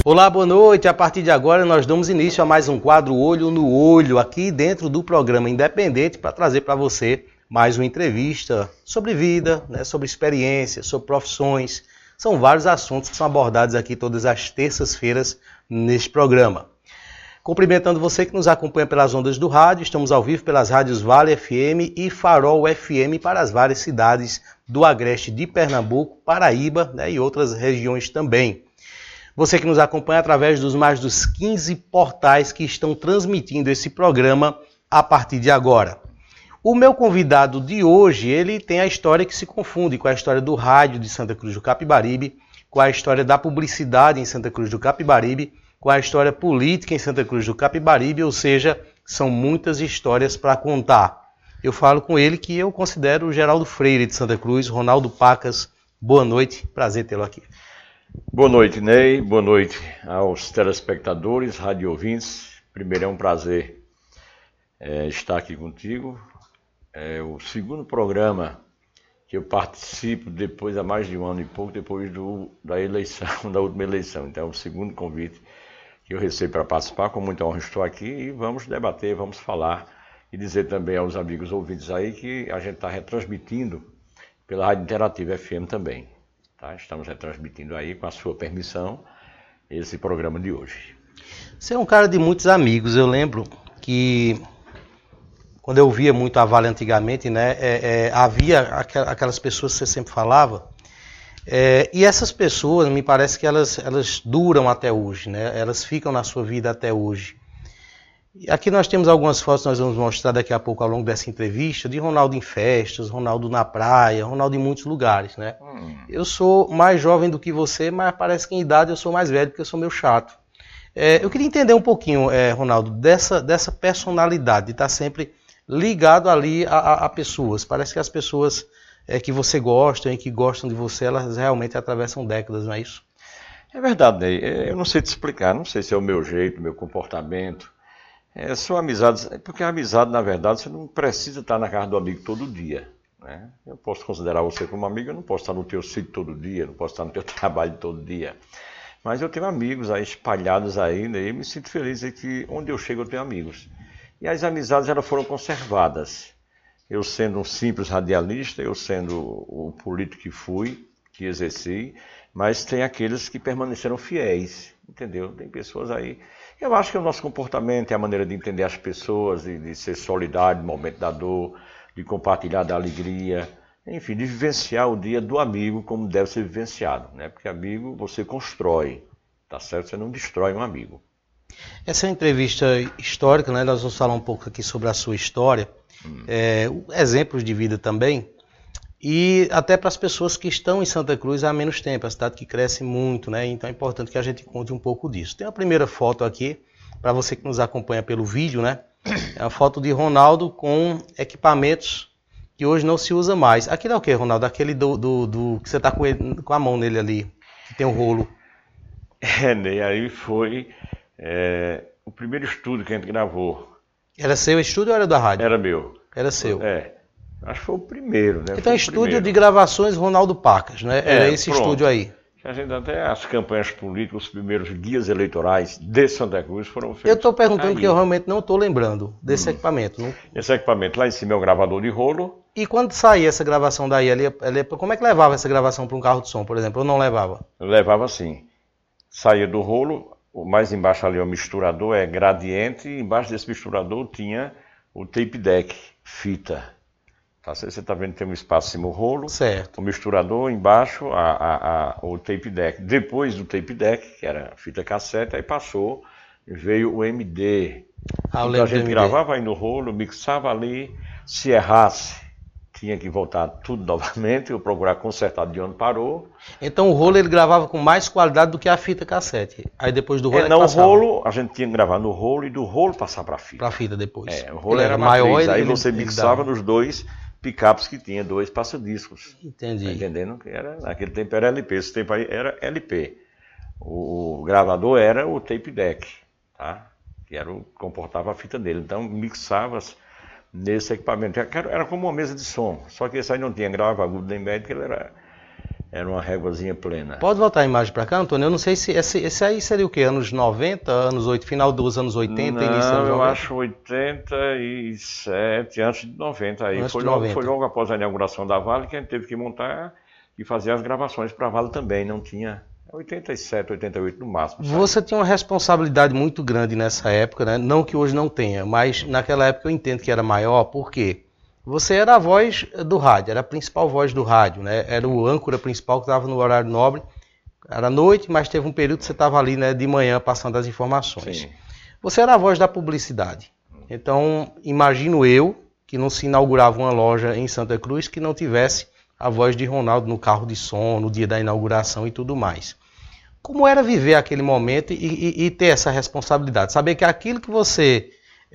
Olá, boa noite. A partir de agora nós damos início a mais um quadro Olho no Olho, aqui dentro do programa Independente, para trazer para você mais uma entrevista sobre vida, sobre experiências, sobre profissões. São vários assuntos que são abordados aqui todas as terças-feiras neste programa. Cumprimentando você que nos acompanha pelas ondas do rádio, estamos ao vivo pelas rádios Vale FM e Farol FM para as várias cidades do agreste de Pernambuco, Paraíba, e outras regiões também. Você que nos acompanha através dos mais dos 15 portais que estão transmitindo esse programa a partir de agora. O meu convidado de hoje, ele tem a história que se confunde com a história do rádio de Santa Cruz do Capibaribe, com a história da publicidade em Santa Cruz do Capibaribe, com a história política em Santa Cruz do Capibaribe, ou seja, são muitas histórias para contar. Eu falo com ele que eu considero o Geraldo Freire de Santa Cruz, Ronaldo Pacas. Boa noite, prazer tê-lo aqui. Boa noite, Ney. Boa noite aos telespectadores, rádio ouvintes. Primeiro, é um prazer estar aqui contigo. É o segundo programa que eu participo depois, há mais de um ano e pouco, depois da eleição, da última eleição. Então, é o segundo convite que eu recebo para participar. Com muita honra estou aqui e vamos debater, vamos falar e dizer também aos amigos ouvintes aí que a gente está retransmitindo pela Rádio Interativa FM também. Tá? Estamos retransmitindo aí, com a sua permissão, esse programa de hoje. Você é um cara de muitos amigos. Eu lembro que, quando eu via muito a Vale antigamente, havia aquelas pessoas que você sempre falava, e essas pessoas, me parece que elas duram até hoje, elas ficam na sua vida até hoje. E aqui nós temos algumas fotos, nós vamos mostrar daqui a pouco ao longo dessa entrevista, de Ronaldo em festas, Ronaldo na praia, Ronaldo em muitos lugares, Eu sou mais jovem do que você, mas parece que em idade eu sou mais velho, porque eu sou meio chato. Eu queria entender um pouquinho, Ronaldo, dessa personalidade, de estar sempre ligado ali a pessoas. Parece que as pessoas que você gosta e que gostam de você, elas realmente atravessam décadas, não é isso? É verdade, Ney. Eu não sei te explicar, não sei se é o meu jeito, o meu comportamento. São amizades, porque a amizade, na verdade, você não precisa estar na casa do amigo todo dia. Eu posso considerar você como amigo, eu não posso estar no teu sítio todo dia, não posso estar no teu trabalho todo dia. Mas eu tenho amigos aí espalhados aí, e me sinto feliz em que onde eu chego eu tenho amigos. E as amizades elas foram conservadas. Eu sendo um simples radialista, eu sendo o político que fui, que exerci, mas tem aqueles que permaneceram fiéis, entendeu? Tem pessoas aí. Eu acho que o nosso comportamento é a maneira de entender as pessoas, de ser solidário no momento da dor, de compartilhar da alegria, enfim, de vivenciar o dia do amigo como deve ser vivenciado, Porque amigo você constrói, tá certo? Você não destrói um amigo. Essa é uma entrevista histórica, Nós vamos falar um pouco aqui sobre a sua história, exemplos de vida também, e até para as pessoas que estão em Santa Cruz há menos tempo, a cidade que cresce muito, Então é importante que a gente conte um pouco disso. Tem a primeira foto aqui, para você que nos acompanha pelo vídeo, É uma foto de Ronaldo com equipamentos que hoje não se usa mais. Aquilo é o que, Ronaldo? Aquele que você está com a mão nele ali, que tem um rolo. Ney, aí foi o primeiro estúdio que a gente gravou. Era seu estúdio ou era da rádio? Era meu. Era seu. Acho que foi o primeiro, Então, estúdio de gravações Ronaldo Pacas, Era esse pronto. Estúdio aí. A gente até as campanhas políticas, os primeiros guias eleitorais de Santa Cruz foram feitos. Eu estou perguntando porque eu realmente não estou lembrando desse equipamento. Esse equipamento lá em cima é o gravador de rolo. E quando saía essa gravação daí, como é que levava essa gravação para um carro de som, por exemplo? Ou não levava? Eu levava sim. Saía do rolo, o mais embaixo ali é o misturador, é gradiente, e embaixo desse misturador tinha o tape deck, fita. Você está vendo que tem um espaço em cima do rolo, certo. O misturador, embaixo o tape deck. Depois do tape deck, que era fita cassete, aí passou, veio o MD. Então a gente gravava aí no rolo, mixava ali, se errasse, tinha que voltar tudo novamente, eu procurar consertar de onde parou. Então o rolo ele gravava com mais qualidade do que a fita cassete. Aí depois do rolo não, o rolo, a gente tinha que gravar no rolo e do rolo passar para a fita. Para a fita depois. O rolo era maior, aí você mixava nos dois picapes que tinha 2 passa-discos. Entendi. Tá entendendo? Que naquele tempo era LP, esse tempo aí era LP. O gravador era o tape deck, tá? Que comportava a fita dele. Então mixava nesse equipamento. Era como uma mesa de som, só que esse aí não tinha grave agudo nem médio, ele era Era uma réguazinha plena. Pode voltar a imagem para cá, Antônio? Eu não sei se esse aí seria o quê? Anos 90, anos 80, final dos anos 80, início dos anos 90? Eu acho 87, antes de 90. Aí Antes foi de logo, 90. foi logo após a inauguração da Vale que a gente teve que montar e fazer as gravações para a Vale também. Não tinha 87, 88 no máximo. Sabe? Você tinha uma responsabilidade muito grande nessa época, né? Não que hoje não tenha, mas naquela época eu entendo que era maior, por quê? Você era a voz do rádio, era a principal voz do rádio, né? Era o âncora principal que estava no horário nobre. Era noite, mas teve um período que você estava ali, né, de manhã passando as informações. Sim. Você era a voz da publicidade. Então, imagino eu que não se inaugurava uma loja em Santa Cruz que não tivesse a voz de Ronaldo no carro de som, no dia da inauguração e tudo mais. Como era viver aquele momento e ter essa responsabilidade? Saber que aquilo que você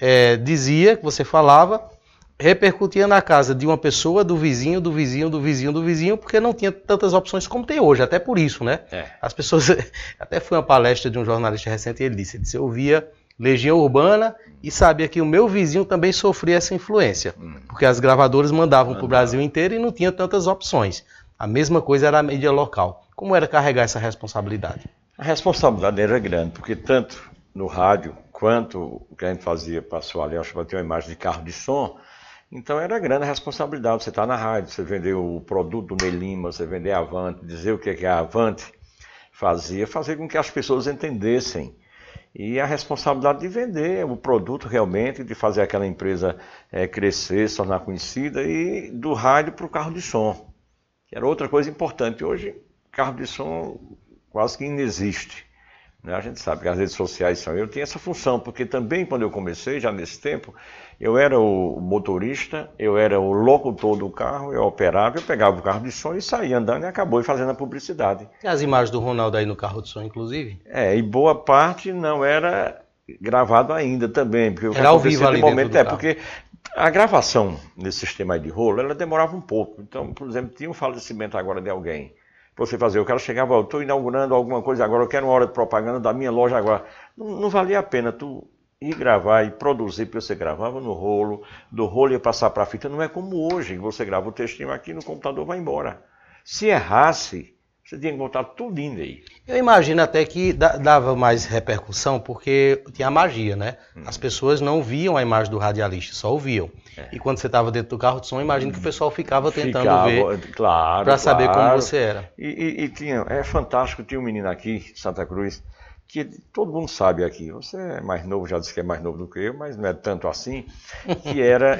dizia, que você falava, repercutia na casa de uma pessoa, do vizinho, do vizinho, do vizinho, do vizinho, porque não tinha tantas opções como tem hoje, até por isso, né? As pessoas... Até foi uma palestra de um jornalista recente e ele disse, eu via Legião Urbana e sabia que o meu vizinho também sofria essa influência, porque as gravadoras mandavam para o Brasil inteiro e não tinha tantas opções. A mesma coisa era a mídia local. Como era carregar essa responsabilidade? A responsabilidade era grande, porque tanto no rádio quanto o que a gente fazia para a sua aliança, tinha uma imagem de carro de som, então era grande a responsabilidade. Você está na rádio, você vender o produto do Ney Lima, você vender a Avante, dizer o que a Avante fazia, fazer com que as pessoas entendessem. E a responsabilidade de vender o produto realmente, de fazer aquela empresa crescer, se tornar conhecida, e do rádio para o carro de som, que era outra coisa importante. Hoje, carro de som quase que inexiste. A gente sabe que as redes sociais são. Eu tinha essa função, porque também quando eu comecei, já nesse tempo, eu era o motorista, eu era o locutor do carro, eu operava, eu pegava o carro de som e saía andando e acabou fazendo a publicidade. Tem as imagens do Ronaldo aí no carro de som, inclusive? E boa parte não era gravado ainda também. Porque o que era ao vivo ali momento dentro do carro. Porque a gravação nesse sistema aí de rolo, ela demorava um pouco. Então, por exemplo, tinha um falecimento agora de alguém. Você fazer, o cara chegava, eu estou inaugurando alguma coisa agora, eu quero uma hora de propaganda da minha loja agora. Não valia a pena tu ir gravar e produzir, porque você gravava no rolo, do rolo ia passar para a fita. Não é como hoje, que você grava o textinho aqui no computador, vai embora. Se errasse, você tinha que botar tudo indo aí. Eu imagino até que dava mais repercussão, porque tinha a magia, né? As pessoas não viam a imagem do radialista, só ouviam. E quando você estava dentro do carro de som, imagino que o pessoal ficava tentando ver, para saber como você era. E tinha, fantástico, tinha um menino aqui, Santa Cruz, que todo mundo sabe aqui, você é mais novo, já disse que é mais novo do que eu, mas não é tanto assim, que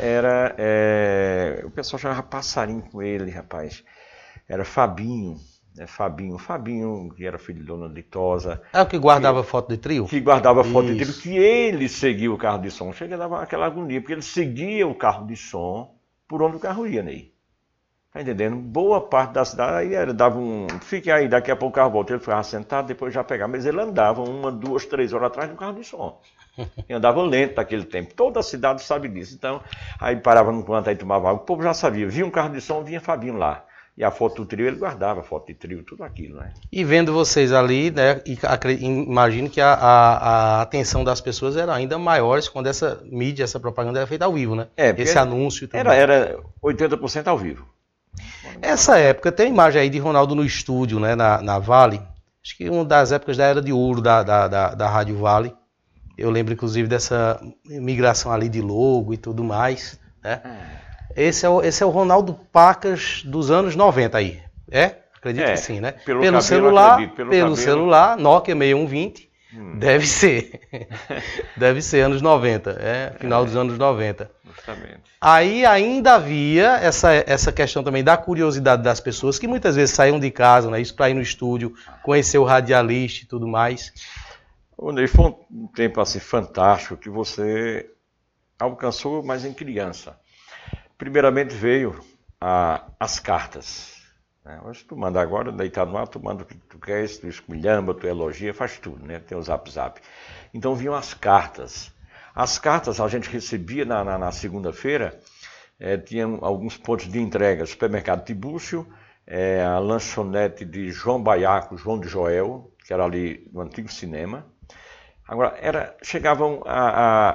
o pessoal chamava passarinho com ele, rapaz. Era Fabinho. Fabinho, que era filho de Dona Ditosa. É o que guardava foto de trio? Que guardava foto de trio, que ele seguia o carro de som. Chega a dar aquela agonia, porque ele seguia o carro de som por onde o carro ia, Ney. Tá entendendo? Boa parte da cidade, aí ele dava fique aí, daqui a pouco o carro volta. Ele ficava sentado, depois já pegava. Mas ele andava 1, 2, 3 horas atrás do carro de som. E andava lento naquele tempo. Toda a cidade sabe disso. Então, aí parava no canto, aí tomava água. O povo já sabia. Via um carro de som, vinha Fabinho lá. E a foto do trio, ele guardava a foto de trio, tudo aquilo, né? E vendo vocês ali, né, imagino que a atenção das pessoas era ainda maior quando essa mídia, essa propaganda era feita ao vivo, né? Esse anúncio e tudo. Era 80% ao vivo. Essa época, tem imagem aí de Ronaldo no estúdio, né, na Vale. Acho que uma das épocas da era de ouro da Rádio Vale. Eu lembro, inclusive, dessa migração ali de logo e tudo mais, né? Esse é o Ronaldo Pacas dos anos 90 aí, Acredito que sim, né? Pelo celular, Nokia 6120, deve ser. Deve ser anos 90, final dos anos 90. Justamente. Aí ainda havia essa questão também da curiosidade das pessoas, que muitas vezes saíam de casa, né? Isso para ir no estúdio, conhecer o radialista e tudo mais. Foi um tempo assim fantástico que você alcançou, mas em criança. Primeiramente veio as cartas. Hoje tu manda agora, deitado no ar, tu manda o que tu quer, tu esculhamba, tu elogia, faz tudo, né? Tem o Zap. Então vinham as cartas. As cartas a gente recebia na segunda-feira, tinha alguns pontos de entrega, supermercado Tibúrcio, a lanchonete de João Baiaco, João de Joel, que era ali no antigo cinema. Agora, chegavam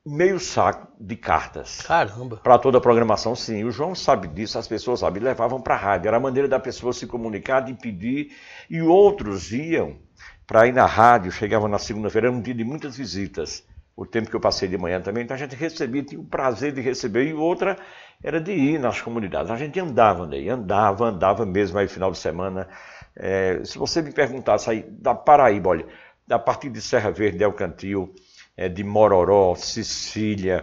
meio saco de cartas. Caramba! Para toda a programação, sim. O João sabe disso, as pessoas sabem, levavam para a rádio. Era a maneira da pessoa se comunicar, de pedir, e outros iam para ir na rádio, chegavam na segunda-feira, era um dia de muitas visitas. O tempo que eu passei de manhã também, então a gente recebia, tinha o prazer de receber, e outra era de ir nas comunidades. A gente andava, né? andava mesmo aí final de semana. Se você me perguntasse aí da Paraíba, olha, a partir de Serra Verde, El Cantil, de Mororó, Sicília,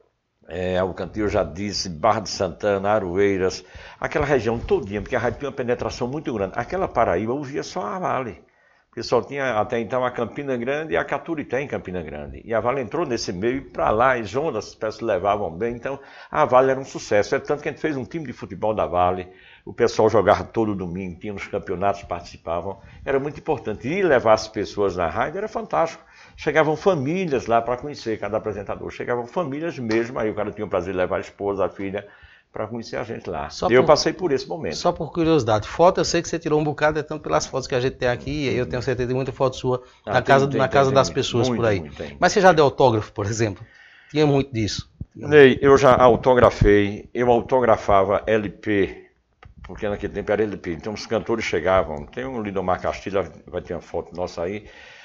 Alcantil, eu já disse, Barra de Santana, Aroeiras, aquela região todinha, porque a rádio tinha uma penetração muito grande. Aquela Paraíba ouvia só a Vale, porque só tinha até então a Campina Grande e a Caturité em Campina Grande. E a Vale entrou nesse meio, para lá as ondas, as pessoas levavam bem, então a Vale era um sucesso. É tanto que a gente fez um time de futebol da Vale, o pessoal jogava todo domingo, tinha nos campeonatos, participavam, era muito importante. E levar as pessoas na rádio era fantástico. Chegavam famílias lá para conhecer cada apresentador, chegavam famílias mesmo, aí o cara tinha o prazer de levar a esposa, a filha, para conhecer a gente lá. Eu passei por esse momento. Só por curiosidade, foto eu sei que você tirou um bocado, tanto pelas fotos que a gente tem aqui, eu tenho certeza de muita foto sua na casa das pessoas por aí. Mas você já deu autógrafo, por exemplo? Tinha muito disso. Ney, eu já autografei, eu autografava LP, porque naquele tempo era LP, então os cantores chegavam, tem um Lindomar Castilho, vai ter uma foto nossa aí,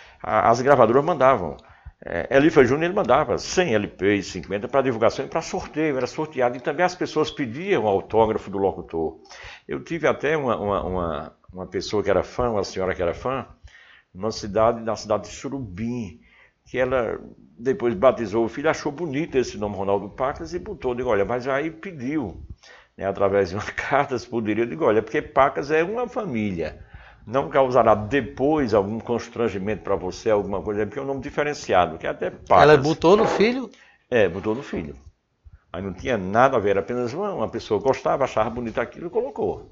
as gravadoras mandavam. Elifa Júnior ele mandava 100 LPs, 50 para divulgação e para sorteio, era sorteado. E também as pessoas pediam autógrafo do locutor. Eu tive até uma pessoa que era fã, uma senhora que era fã, na cidade de Surubim, que ela depois batizou o filho, achou bonito esse nome Ronaldo Pacas e botou. Digo, olha, mas aí pediu, né, através de uma carta, se poderia, digo, olha, porque Pacas é uma família. Não causará depois algum constrangimento para você, alguma coisa, porque é um nome diferenciado, que é até Pacas. Ela botou no filho? Botou no filho. Aí não tinha nada a ver, era apenas uma pessoa gostava, achava bonito aquilo e colocou.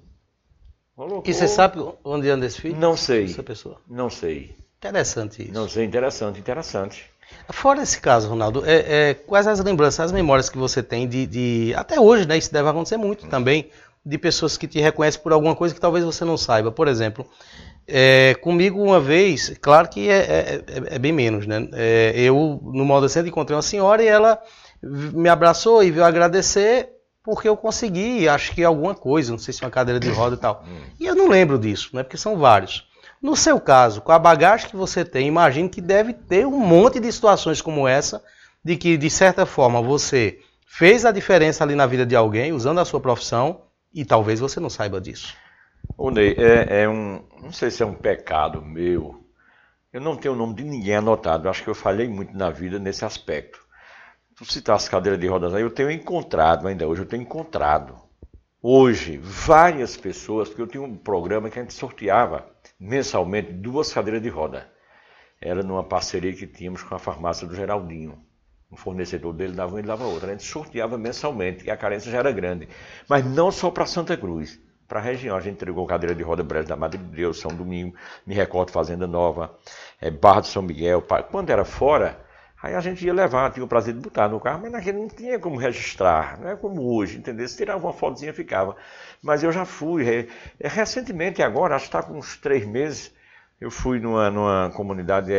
E você sabe onde anda esse filho? Não sei. Essa pessoa? Não sei. Interessante isso. Não sei, interessante. Fora esse caso, Ronaldo, quais as lembranças, as memórias que você tem de até hoje, né? Isso deve acontecer muito também, de pessoas que te reconhecem por alguma coisa que talvez você não saiba. Por exemplo, comigo uma vez, claro que é bem menos, né? Eu, no Moda Center, encontrei uma senhora e ela me abraçou e veio agradecer porque eu consegui, acho que alguma coisa, não sei se uma cadeira de roda e tal. E eu não lembro disso, né? Porque são vários. No seu caso, com a bagagem que você tem, imagino que deve ter um monte de situações como essa, de que, de certa forma, você fez a diferença ali na vida de alguém, usando a sua profissão, e talvez você não saiba disso. Ô Ney, não sei se é um pecado meu, eu não tenho o nome de ninguém anotado, eu acho que eu falhei muito na vida nesse aspecto. Tu citaste cadeira de rodas aí, eu tenho encontrado, ainda hoje eu tenho encontrado, hoje, várias pessoas, porque eu tinha um programa que a gente sorteava mensalmente 2 cadeiras de roda. Era numa parceria que tínhamos com a farmácia do Geraldinho. O fornecedor dele dava uma e dava outra. A gente sorteava mensalmente, e a carência já era grande. Mas não só para Santa Cruz, para a região. A gente entregou cadeira de roda Brejo da Madre de Deus, São Domingo, me recordo Fazenda Nova, Barra de São Miguel. Quando era fora, aí a gente ia levar, tinha o prazer de botar no carro, mas naquele não tinha como registrar, não é como hoje, entendeu? Se tirava uma fotozinha, ficava. Mas eu já fui, recentemente agora, acho que está com uns 3 meses, eu fui numa comunidade,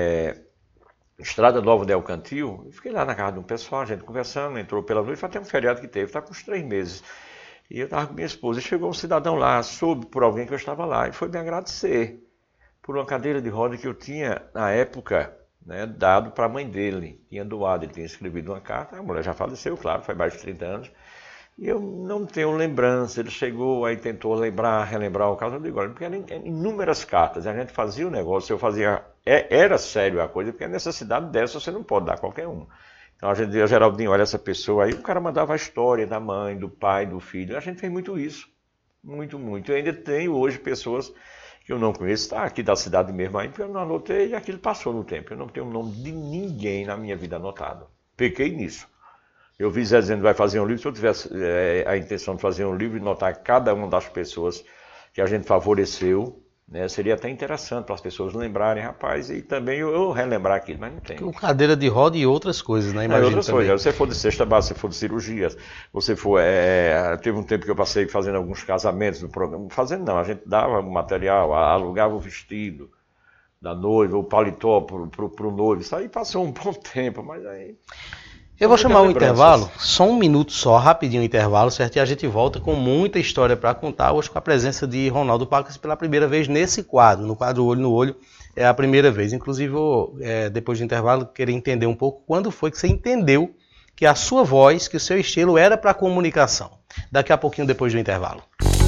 Estrada Nova de El Cantil, eu fiquei lá na casa de um pessoal, a gente conversando, entrou pela noite, foi até um feriado que teve, está com uns 3 meses. E eu estava com minha esposa, e chegou um cidadão lá, soube por alguém que eu estava lá, e foi me agradecer por uma cadeira de roda que eu tinha, na época, né, dado para a mãe dele, tinha doado, ele tinha escrevido uma carta, a mulher já faleceu, claro, faz mais de 30 anos, e eu não tenho lembrança, ele chegou, aí tentou relembrar o caso, eu digo, olha, porque eram inúmeras cartas, a gente fazia o negócio, eu fazia, era sério a coisa, porque a necessidade dessa você não pode dar a qualquer um. Então a gente dizia, Geraldinho, olha essa pessoa aí, o cara mandava a história da mãe, do pai, do filho, a gente fez muito isso, muito. Eu ainda tenho hoje pessoas que eu não conheço, está aqui da cidade mesmo ainda, porque eu não anotei e aquilo passou no tempo. Eu não tenho o nome de ninguém na minha vida anotado. Pequei nisso. Eu vi Zé dizendo que vai fazer um livro, se eu tivesse a intenção de fazer um livro e notar cada uma das pessoas que a gente favoreceu, né, seria até interessante para as pessoas lembrarem, rapaz, e também eu relembrar aquilo, mas não tem. Com cadeira de roda e outras coisas, né? Imagina outras também. coisas. Você for de cesta básica, você for de cirurgias, você for... teve um tempo que eu passei fazendo alguns casamentos no programa. Fazendo não, a gente dava o material, alugava o vestido da noiva, o paletó pro noivo. Isso aí passou um bom tempo, mas aí... Eu vou chamar um intervalo, só um minuto só, rapidinho o intervalo, certo? E a gente volta com muita história para contar, hoje com a presença de Ronaldo Pacas pela primeira vez nesse quadro, no quadro Olho no Olho, é a primeira vez. Inclusive, depois do intervalo, querer entender um pouco quando foi que você entendeu que a sua voz, que o seu estilo era para comunicação. Daqui a pouquinho depois do intervalo.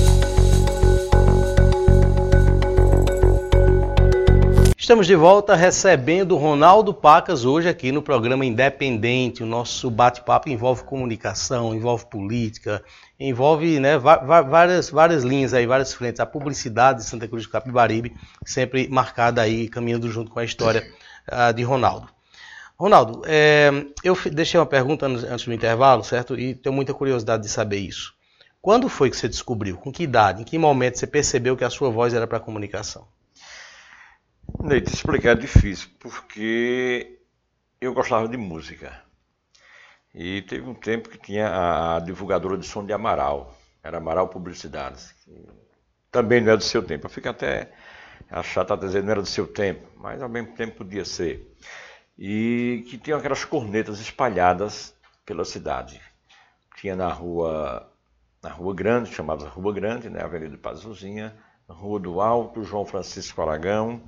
Estamos de volta recebendo Ronaldo Pacas hoje aqui no programa Independente. O nosso bate-papo envolve comunicação, envolve política, envolve, né, várias linhas aí, várias frentes. A publicidade de Santa Cruz do Capibaribe, sempre marcada aí, caminhando junto com a história de Ronaldo. Ronaldo, eu deixei uma pergunta antes do intervalo, certo? E tenho muita curiosidade de saber isso. Quando foi que você descobriu? Com que idade? Em que momento você percebeu que a sua voz era para comunicação? Neito, explicar é difícil, porque eu gostava de música. E teve um tempo que tinha a divulgadora de som de Amaral, era Amaral Publicidades. Também não é do seu tempo, eu fico até achado a dizer que não era do seu tempo, mas ao mesmo tempo podia ser. E que tinha aquelas cornetas espalhadas pela cidade. Tinha na rua Grande, chamada Rua Grande, né, Avenida Pazuzinha, Rua do Alto, João Francisco Aragão,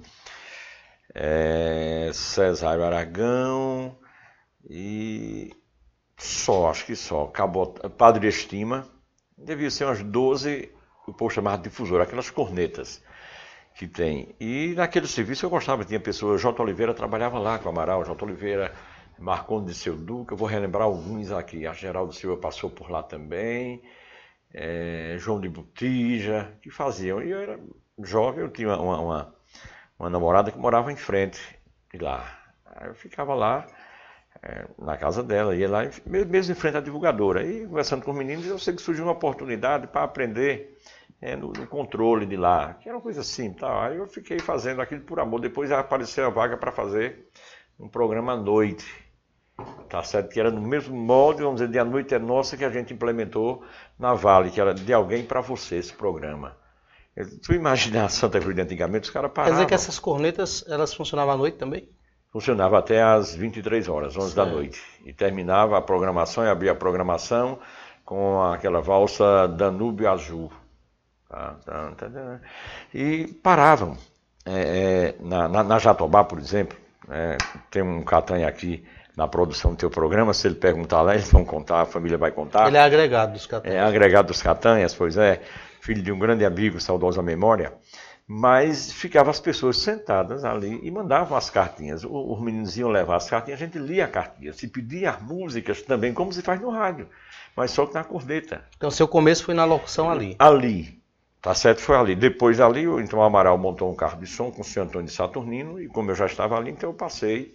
Cesário Aragão e acho que só, Padre Estima, devia ser umas 12, o povo chamava de difusor, aquelas cornetas que tem. E naquele serviço eu gostava, tinha pessoas, J. Oliveira trabalhava lá com o Amaral, J. Oliveira, Marcondes de Seu Duque, eu vou relembrar alguns aqui, a Geraldo Silva passou por lá também, João de Botija, que faziam. E eu era jovem, eu tinha uma namorada que morava em frente de lá. Aí eu ficava lá, na casa dela, ia lá, mesmo em frente à divulgadora. E conversando com os meninos, eu sei que surgiu uma oportunidade para aprender no controle de lá, que era uma coisa assim, tá? Aí eu fiquei fazendo aquilo por amor. Depois apareceu a vaga para fazer um programa à noite. Tá certo? Que era no mesmo molde, vamos dizer, de A Noite é Nossa, que a gente implementou na Vale, que era de alguém para você, esse programa. Tu imaginar Santa Cruz de antigamente, os caras paravam. Quer dizer que essas cornetas, elas funcionavam à noite também? Funcionava até às 23 horas, 11 da noite. E terminava a programação, e abria a programação com aquela valsa Danúbio Azul. E paravam. Na Jatobá, por exemplo, tem um catanha aqui na produção do teu programa, se ele perguntar lá, eles vão contar, a família vai contar. Ele é agregado dos catanhas. É agregado dos catanhas, pois é, filho de um grande amigo, saudosa memória, mas ficavam as pessoas sentadas ali e mandavam as cartinhas. Os meninos iam levar as cartinhas, a gente lia a cartinha, se pedia as músicas também, como se faz no rádio, mas só que na corneta. Então seu começo foi na locução ali? Ali, tá certo, foi ali. Depois dali, então o Amaral montou um carro de som com o senhor Antônio de Saturnino, e como eu já estava ali, então eu passei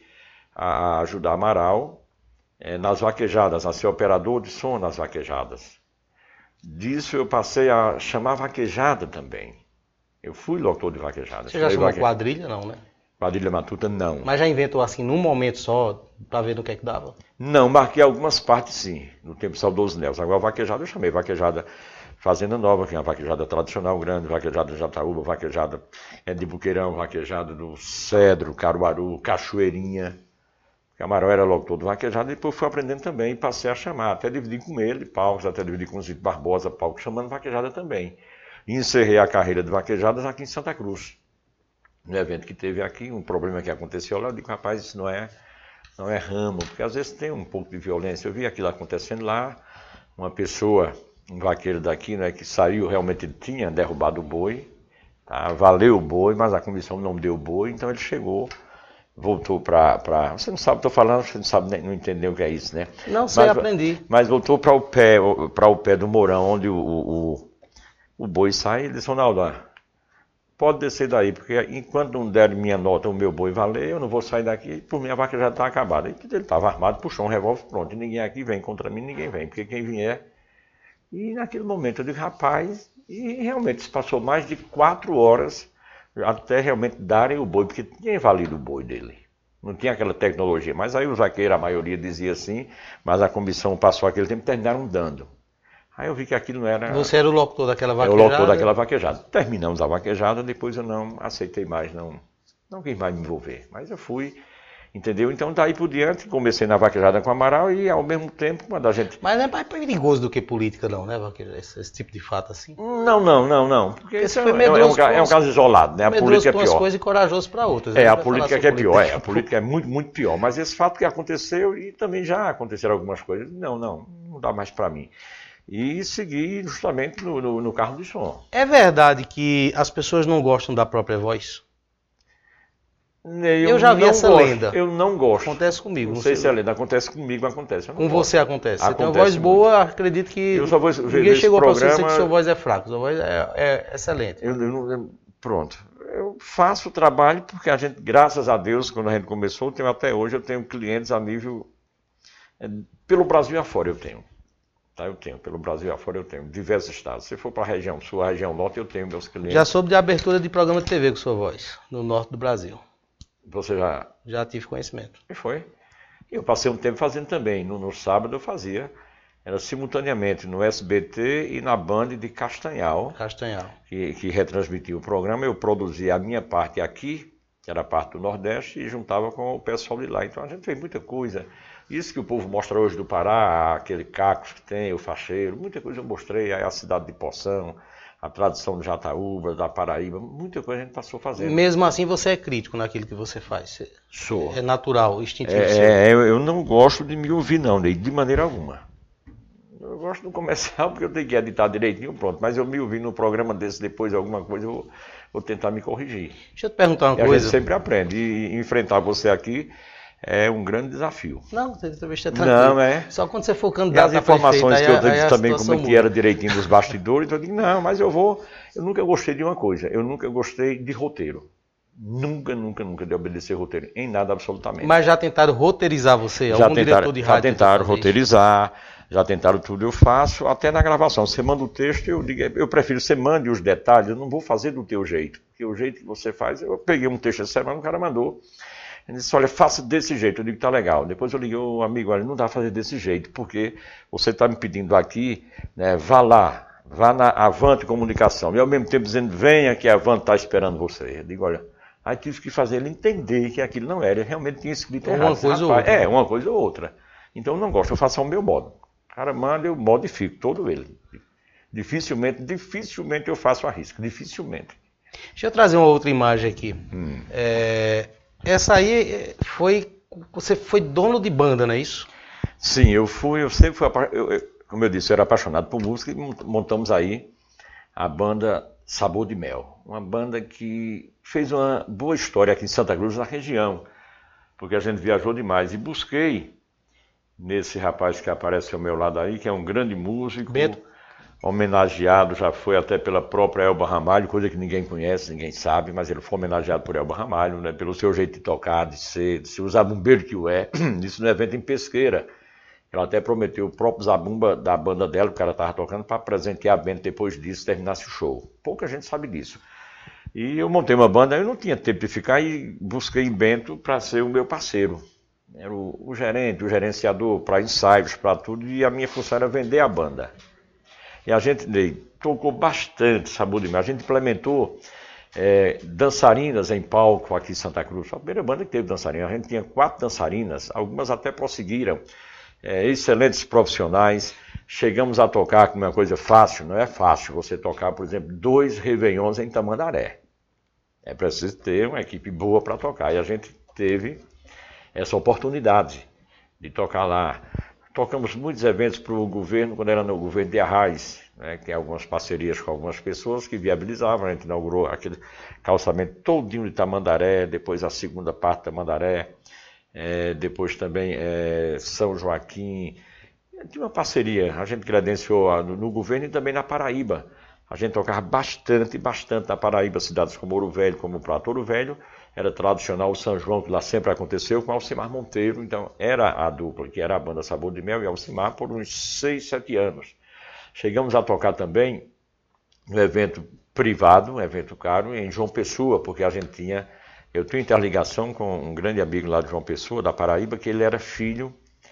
a ajudar Amaral nas vaquejadas, a ser operador de som nas vaquejadas. Disso eu passei a chamar vaquejada também. Eu fui locutor de vaquejada. Você já chamou quadrilha, não, né? Quadrilha matuta, não. Mas já inventou assim, num momento só, para ver no que é que dava? Não, marquei algumas partes sim, no tempo saudoso Nelson. Agora vaquejada eu chamei, vaquejada Fazenda Nova, que é uma vaquejada tradicional grande, vaquejada de Jataúba, vaquejada de Buqueirão, vaquejada do Cedro, Caruaru, Cachoeirinha. Amaral era logo todo vaquejado, e depois fui aprendendo também e passei a chamar, até dividir com ele, palcos, até dividir com o Zito Barbosa, palcos, chamando vaquejada também. E encerrei a carreira de vaquejadas aqui em Santa Cruz. No evento que teve aqui, um problema que aconteceu lá, eu digo, rapaz, isso não é ramo, porque às vezes tem um pouco de violência. Eu vi aquilo acontecendo lá, uma pessoa, um vaqueiro daqui, né, que saiu, realmente ele tinha derrubado o boi, tá? Valeu o boi, mas a comissão não deu o boi, então ele chegou, voltou para... Você não sabe, estou falando, você não sabe, não entendeu o que é isso, né? Não sei, aprendi. Mas voltou para o pé do Mourão, onde o boi sai, e disse, Ronaldo, pode descer daí, porque enquanto não der minha nota, o meu boi valer, eu não vou sair daqui, por minha vaca já está acabada. E ele estava armado, puxou um revólver, pronto, e ninguém aqui vem contra mim, ninguém vem, porque quem vier... E naquele momento eu digo, rapaz, e realmente se passou mais de 4 horas até realmente darem o boi, porque tinha valido o boi dele. Não tinha aquela tecnologia. Mas aí os vaqueiros, a maioria dizia assim, mas a comissão passou aquele tempo e terminaram dando. Aí eu vi que aquilo não era... Você era o locutor daquela vaquejada? Eu era o locutor daquela vaquejada. Terminamos a vaquejada, depois eu não aceitei mais, não não quis mais me envolver. Mas eu fui, entendeu? Então daí por diante, comecei na vaquejada com Amaral e ao mesmo tempo, quando a gente... Mas não é mais perigoso do que política não, né, vaqueiro? Esse tipo de fato assim? Não. Porque isso foi é medroso um caso isolado, né? A política é para umas pior. coisas e corajoso para outras. Né? A política que é pior, a política é muito, muito pior. Mas esse fato que aconteceu, e também já aconteceram algumas coisas, não dá mais para mim. E segui justamente no carro de som. É verdade que as pessoas não gostam da própria voz? Eu já vi essa lenda. Eu não gosto. Acontece comigo. Não sei se é lenda. Acontece comigo, acontece. Com você acontece. Você tem uma voz boa, acredito que ninguém chegou para você dizer que sua voz é fraca. Sua voz é excelente. Pronto. Eu faço o trabalho porque a gente, graças a Deus, quando a gente começou, até hoje eu tenho clientes a nível... Pelo Brasil afora eu tenho. Tá, pelo Brasil afora eu tenho, diversos estados. Se for para a região sul, a região norte, eu tenho meus clientes. Já soube de abertura de programa de TV com sua voz, no norte do Brasil. Você já... Já tive conhecimento. E foi. Eu passei um tempo fazendo também. No sábado eu fazia. Era simultaneamente no SBT e na Band de Castanhal. Que retransmitia o programa. Eu produzia a minha parte aqui, que era a parte do Nordeste, e juntava com o pessoal de lá. Então a gente fez muita coisa. Isso que o povo mostra hoje do Pará, aquele cacos que tem, o facheiro, muita coisa eu mostrei, aí a cidade de Poção, a tradição do Jataúba, da Paraíba, muita coisa a gente passou fazendo. Mesmo assim você é crítico naquilo que você faz? Sou. É natural, instintivo. Eu não gosto de me ouvir não, de maneira alguma. Eu gosto do comercial porque eu tenho que editar direitinho, pronto, mas eu me ouvir no programa desse depois alguma coisa, eu vou tentar me corrigir. Deixa eu te perguntar uma coisa. A gente sempre aprende, e enfrentar você aqui é um grande desafio. Não, você entrevista é tranquilo. Não, é. Só quando você for candidato a prefeito. As informações que eu disse também, como é que era direitinho dos bastidores, eu digo, não, mas eu nunca gostei de uma coisa, eu nunca gostei de roteiro. Nunca de obedecer roteiro, em nada absolutamente. Mas já tentaram roteirizar você? Diretor de rádio? Já tentaram roteirizar, já tentaram tudo, eu faço, até na gravação. Você manda o texto, eu digo, eu prefiro que você mande os detalhes, eu não vou fazer do teu jeito, porque o jeito que você faz, eu peguei um texto essa semana, o cara mandou. Ele disse, olha, faça desse jeito. Eu digo, tá legal. Depois eu liguei, amigo, olha, não dá pra fazer desse jeito, porque você está me pedindo aqui, né, vá na Avante Comunicação. E ao mesmo tempo dizendo, venha que a Avante está esperando você. Eu digo, olha, aí tive que fazer ele entender que aquilo não era. Ele realmente tinha escrito errado. Uma coisa ou outra. Uma coisa ou outra. Então eu não gosto, eu faço ao meu modo. O cara manda, eu modifico todo ele. Dificilmente eu faço a risco, dificilmente. Deixa eu trazer uma outra imagem aqui. Essa aí você foi dono de banda, não é isso? Sim, eu sempre fui, como eu disse, eu era apaixonado por música e montamos aí a banda Sabor de Mel. Uma banda que fez uma boa história aqui em Santa Cruz, na região, porque a gente viajou demais e busquei nesse rapaz que aparece ao meu lado aí, que é um grande músico, Bento. Homenageado, já foi até pela própria Elba Ramalho, coisa que ninguém conhece, ninguém sabe, mas ele foi homenageado por Elba Ramalho, né, pelo seu jeito de tocar, de ser, de se usar bombeiro que o é, isso no evento em Pesqueira. Ela até prometeu o próprio zabumba da banda dela, que o cara estava tocando, para presentear a Bento depois disso, terminasse o show. Pouca gente sabe disso. E eu montei uma banda, eu não tinha tempo de ficar e busquei Bento para ser o meu parceiro. Era o gerente, o gerenciador, para ensaios, para tudo, e a minha função era vender a banda. E a gente tocou bastante Sabor de Mel. A gente implementou dançarinas em palco aqui em Santa Cruz. Foi a primeira banda que teve dançarina. A gente tinha 4 dançarinas, algumas até prosseguiram. Excelentes profissionais. Chegamos a tocar com uma coisa fácil. Não é fácil você tocar, por exemplo, 2 Réveillons em Tamandaré. É preciso ter uma equipe boa para tocar. E a gente teve essa oportunidade de tocar lá. Tocamos muitos eventos para o governo, quando era no governo de Arraiz, né, que tem algumas parcerias com algumas pessoas que viabilizavam. A gente inaugurou aquele calçamento todinho de Tamandaré, depois a segunda parte de Tamandaré, depois também São Joaquim. Tinha uma parceria, a gente credenciou no governo e também na Paraíba. A gente tocava bastante na Paraíba, cidades como Ouro Velho, como Prato. Ouro Velho era tradicional o São João, que lá sempre aconteceu, com Alcimar Monteiro. Então era a dupla, que era a banda Sabor de Mel e Alcimar, por uns 6, 7 anos. Chegamos a tocar também no evento privado, um evento caro, em João Pessoa, porque eu tinha interligação com um grande amigo lá de João Pessoa, da Paraíba, que ele era filho,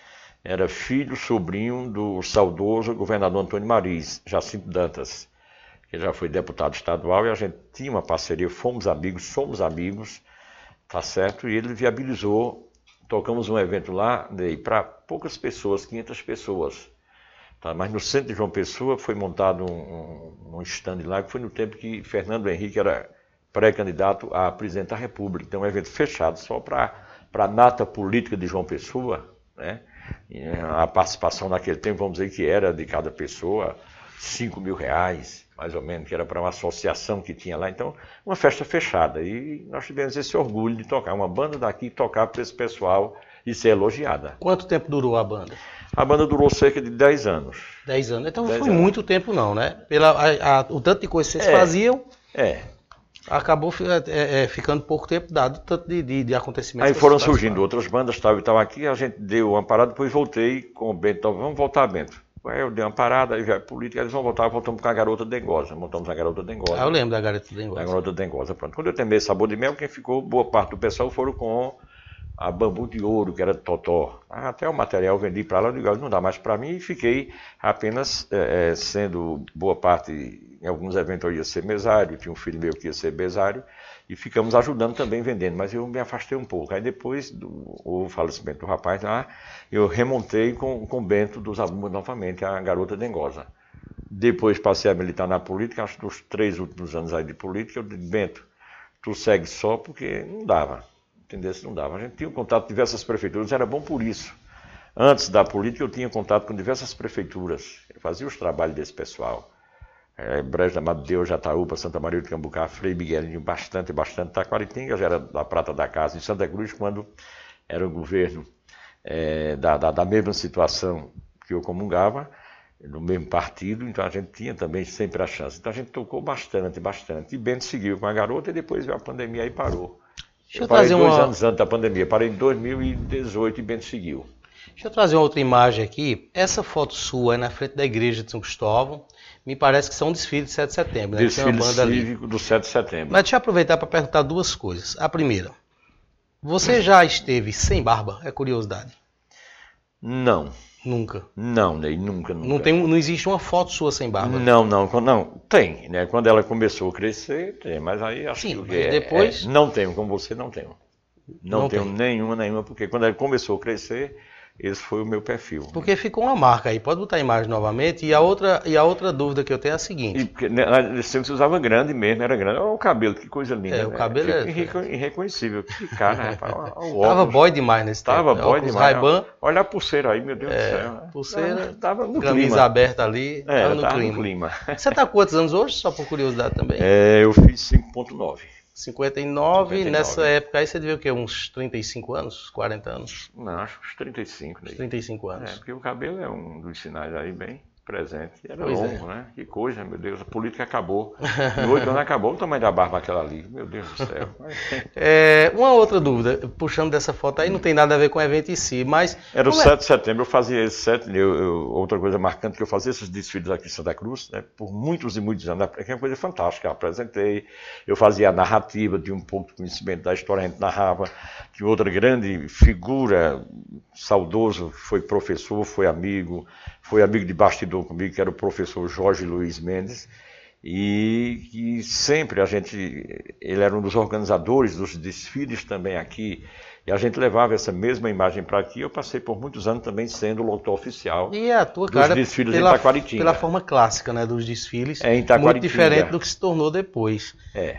sobrinho do saudoso governador Antônio Mariz, Jacinto Dantas, que já foi deputado estadual, e a gente tinha uma parceria, somos amigos, tá certo? E ele viabilizou, tocamos um evento lá para poucas pessoas, 500 pessoas. Tá? Mas no centro de João Pessoa foi montado um stand lá, que foi no tempo que Fernando Henrique era pré-candidato a presidente da República. Então, um evento fechado só para a nata política de João Pessoa, né? E a participação naquele tempo, vamos dizer que era de cada pessoa R$5.000, mais ou menos, que era para uma associação que tinha lá. Então, uma festa fechada. E nós tivemos esse orgulho de tocar uma banda daqui, tocar para esse pessoal e ser elogiada. Quanto tempo durou a banda? A banda durou cerca de 10 anos. 10 anos. Então 10 foi anos. muito tempo não, né? O tanto de coisa que vocês faziam, acabou ficando pouco tempo dado, tanto de acontecimentos. Aí foram surgindo outras bandas, tal, e tal aqui, a gente deu uma parada, depois voltei com o Bento, então, vamos voltar, Bento. Aí eu dei uma parada, aí já é política, eles vão voltar, voltamos com a Garota Dengosa, montamos a Garota Dengosa. Eu lembro da Garota Dengosa. Da Garota Dengosa, pronto. Quando eu terminei Sabor de Mel, quem ficou, boa parte do pessoal foram com a Bambu de Ouro, que era Totó. Até o material eu vendi para lá, eu digo, não dá mais para mim, e fiquei apenas sendo boa parte, em alguns eventos eu ia ser mesário, tinha um filho meu que ia ser mesário, e ficamos ajudando também vendendo, mas eu me afastei um pouco. Aí depois do falecimento do rapaz lá, eu remontei com o Bento dos Abumas novamente, a Garota Dengosa. Depois passei a militar na política, acho que nos 3 últimos anos aí de política, eu disse, Bento, tu segue só porque não dava. Entendeu? Não dava. A gente tinha contato com diversas prefeituras, era bom por isso. Antes da política eu tinha contato com diversas prefeituras, eu fazia os trabalhos desse pessoal. Brejo da Madeira, Jataúba, Santa Maria de Cambucá, Frei Miguelinho, bastante. Taquaritinga já era da Prata da Casa. Em Santa Cruz, quando era o governo da mesma situação que eu comungava, no mesmo partido, então a gente tinha também sempre a chance. Então a gente tocou bastante. E Bento seguiu com a Garota e depois veio a pandemia e parou. Eu parei 2 anos antes da pandemia, parei em 2018 e Bento seguiu. Deixa eu trazer uma outra imagem aqui. Essa foto sua é na frente da igreja de São Cristóvão. Me parece que são um desfile de 7 de setembro. Né? Desfile cívico do 7 de setembro. Mas deixa eu aproveitar para perguntar 2 coisas. A primeira, você já esteve sem barba? É curiosidade. Não. Nunca? Não, Ney, nunca. Não existe uma foto sua sem barba? Não, tem, né? Quando ela começou a crescer, tem, mas aí acho que depois... não tenho, como você, não tenho. Não tenho nenhuma, porque quando ela começou a crescer, esse foi o meu perfil. Porque ficou uma marca aí, pode botar a imagem novamente. E a outra dúvida que eu tenho é a seguinte. E porque nesse tempo você usava grande mesmo, era grande. Olha o cabelo, que coisa linda. O cabelo irreconhecível. Que cara, rapaz. Tava boy demais nesse tempo. Tava boy demais. Ray-Ban. Olha a pulseira aí, meu Deus do céu. Pulseira, tava no camisa clima. aberta ali, tava no clima. Você tá com quantos anos hoje, só por curiosidade também? Eu fiz 5.9. 59, nessa época aí você devia o quê? Uns 35 anos? 40 anos? Não, acho que uns 35. Né? Uns 35 anos. Porque o cabelo é um dos sinais aí bem presente. Era longo, né? Que coisa, meu Deus, a política acabou. Em 8 anos acabou o tamanho da barba aquela ali. Meu Deus do céu. Uma outra dúvida, puxando dessa foto aí, não tem nada a ver com o evento em si, mas... Era o 7 de setembro, eu fazia esse 7, outra coisa marcante, que eu fazia esses desfiles aqui em Santa Cruz, né, por muitos e muitos anos, que é uma coisa fantástica, eu apresentei, eu fazia a narrativa, tinha um pouco de conhecimento da história, a gente narrava, tinha outra grande figura, saudoso, foi professor, foi amigo de bastidor comigo, que era o professor Jorge Luiz Mendes, e sempre ele era um dos organizadores dos desfiles também aqui, e a gente levava essa mesma imagem para aqui. Eu passei por muitos anos também sendo o locutor oficial dos desfiles em Taquaritinga. Pela forma clássica, né, dos desfiles, em Taquaritinga. Muito diferente do que se tornou depois.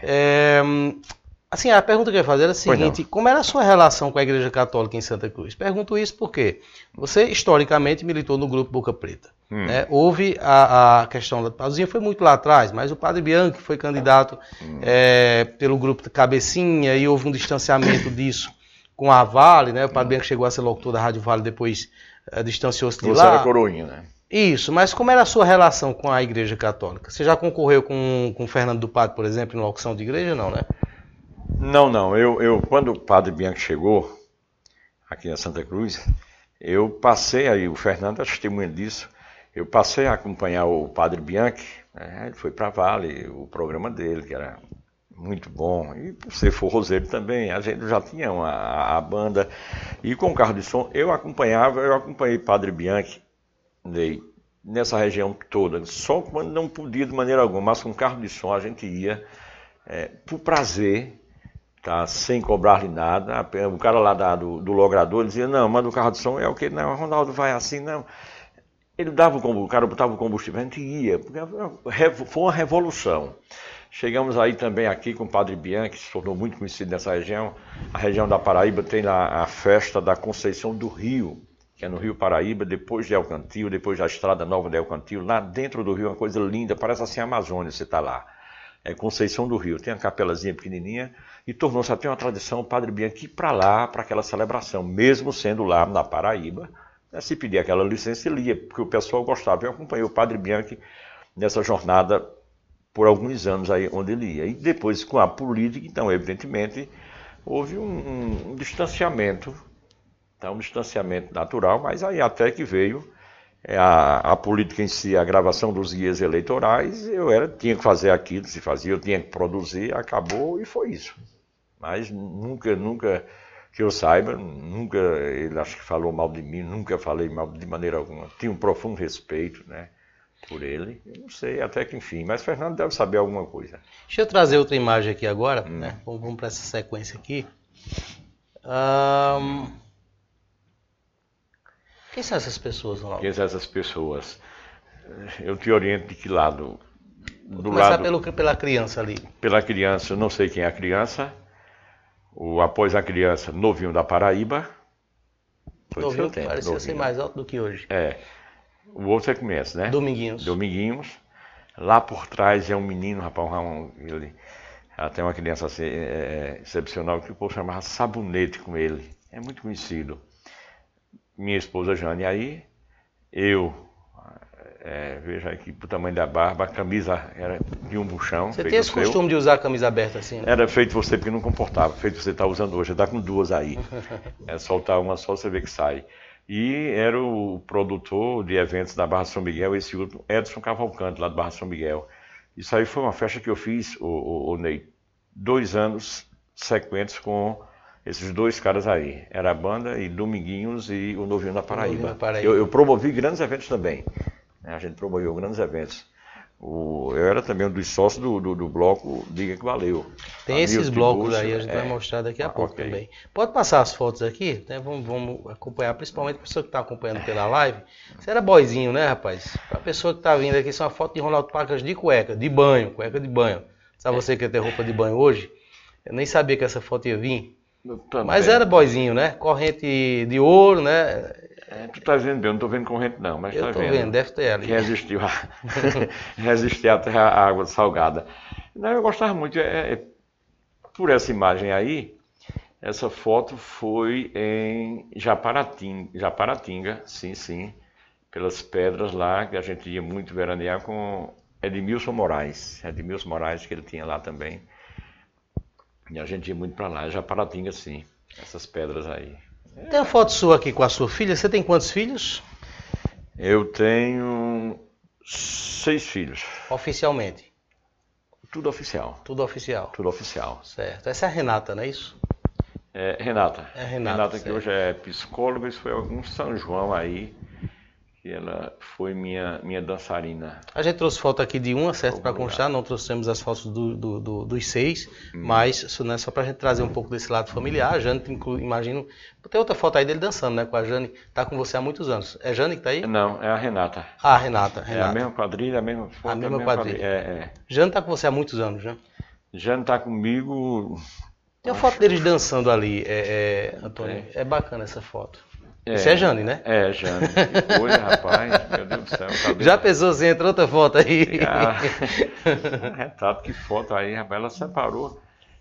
Assim, a pergunta que eu ia fazer era a seguinte: como era a sua relação com a Igreja Católica em Santa Cruz? Pergunto isso porque você, historicamente, militou no grupo Boca Preta. Né? Houve a questão da Pazuzinha, foi muito lá atrás, mas o Padre Bianchi foi candidato pelo grupo Cabecinha e houve um distanciamento disso com a Vale, né? O Padre Bianchi chegou a ser locutor da Rádio Vale, depois distanciou-se de lá. Você era coroinha, né? Isso, mas como era a sua relação com a Igreja Católica? Você já concorreu com o Fernando do Padre, por exemplo, em locução de igreja, não, né? Não. Eu quando o Padre Bianchi chegou aqui na Santa Cruz, eu passei aí, o Fernando é testemunha disso, eu passei a acompanhar o Padre Bianchi, ele foi para Vale, o programa dele, que era muito bom, e por ser forrozeiro também, a gente já tinha a banda, e com o carro de som, eu acompanhei Padre Bianchi nessa região toda, só quando não podia de maneira alguma, mas com carro de som a gente ia por prazer, tá sem cobrar-lhe nada. O cara lá do logrador dizia, não, manda o carro de som, é o que? Não, Ronaldo vai assim, não. Ele dava o cara botava o combustível, a gente ia, porque foi uma revolução. Chegamos aí também aqui com o Padre Bian, que se tornou muito conhecido nessa região. A região da Paraíba tem lá a festa da Conceição do Rio, que é no Rio Paraíba, depois de El Cantil, depois da Estrada Nova de El Cantil. Lá dentro do rio é uma coisa linda, parece assim a Amazônia, você está lá. É Conceição do Rio, tem uma capelazinha pequenininha e tornou-se até uma tradição o Padre Bian ir para lá, para aquela celebração, mesmo sendo lá na Paraíba. Se pedir aquela licença, ele ia, porque o pessoal gostava. Eu acompanhei o Padre Bianchi nessa jornada por alguns anos aí onde ele ia. E depois, com a política, então, evidentemente, houve um distanciamento, tá? Um distanciamento natural, mas aí até que veio a política em si, a gravação dos guias eleitorais, tinha que fazer aquilo, se fazia, eu tinha que produzir, acabou e foi isso. Mas nunca... que eu saiba, nunca, ele acho que falou mal de mim, nunca falei mal de maneira alguma. Tinha um profundo respeito, né, por ele. Eu não sei, até que enfim, mas Fernando deve saber alguma coisa. Deixa eu trazer outra imagem aqui agora, né? Vamos para essa sequência aqui. Quem são essas pessoas, Ronaldo? Quem são essas pessoas? Eu te oriento de que lado? Vou começar pela criança ali. Pela criança, eu não sei quem é a criança. Após a criança, Novinho da Paraíba. Foi Novinho, tempo, parecia Novinho. Ser mais alto do que hoje. O outro você conhece, né? Dominguinhos. Lá por trás é um menino, rapaz, até uma criança assim, excepcional, que o povo chamava Sabonete com ele. É muito conhecido. Minha esposa Jane aí, veja aqui pro tamanho da barba, a camisa era de um buchão. Você tem esse costume de usar a camisa aberta assim, né? Era feito você porque não comportava, feito você está usando hoje, está com duas aí. É soltar uma só, você vê que sai. E era o produtor de eventos da Barra São Miguel, esse último, Edson Cavalcante, lá do Barra São Miguel. Isso aí foi uma festa que eu fiz, o Ney, 2 anos sequentes com esses 2 caras aí. Era a banda e Dominguinhos e o Novinho da Paraíba. Eu promovi grandes eventos também. A gente promoveu grandes eventos. Eu era também um dos sócios do bloco Diga que Valeu. Tem esses blocos aí, a gente vai mostrar daqui a pouco também. Pode passar as fotos aqui, né? Vamos acompanhar, principalmente a pessoa que está acompanhando pela live. Você era boyzinho, né, rapaz? A pessoa que está vindo aqui, isso é uma foto de Ronaldo Pacas de cueca de banho. Sabe você que quer ter roupa de banho hoje? Eu nem sabia que essa foto ia vir. Mas era boyzinho, né? Corrente de ouro, né? Tu tá vendo bem, eu não tô vendo corrente não, mas tá vendo. Eu tô vendo, deve ter ali. Resistiu até a água salgada. Não, eu gostava muito, por essa imagem aí, essa foto foi em Japaratinga, sim, pelas pedras lá, que a gente ia muito veranear com Edmilson Moraes, que ele tinha lá também. E a gente ia muito para lá, Japaratinga, sim, essas pedras aí. Tem uma foto sua aqui com a sua filha. Você tem quantos filhos? Eu tenho 6 filhos. Oficialmente? Tudo oficial. Tudo oficial? Tudo oficial. Certo. Essa é a Renata, não é isso? Renata. É Renata, que hoje é psicóloga. Isso foi um São João aí. Que ela foi minha dançarina. A gente trouxe foto aqui de uma, certo, para constar, não trouxemos as fotos dos 6, mas isso não é só para a gente trazer um pouco desse lado familiar. A Jane, imagino, tem outra foto aí dele dançando, né, com a Jane, tá com você há muitos anos. É a Jane que tá aí? Não, é a Renata. Ah, a Renata. É a mesma quadrilha, a mesma foto. A mesma quadrilha. Jane tá com você há muitos anos, né? Jane tá comigo... Tem uma foto deles dançando ali, Antônio. É bacana essa foto. Isso é Jane, né? É, Jane. Que coisa, rapaz. Meu Deus do céu. Já pensou se entra outra foto aí? Um retrato, que foto aí, rapaz. Ela separou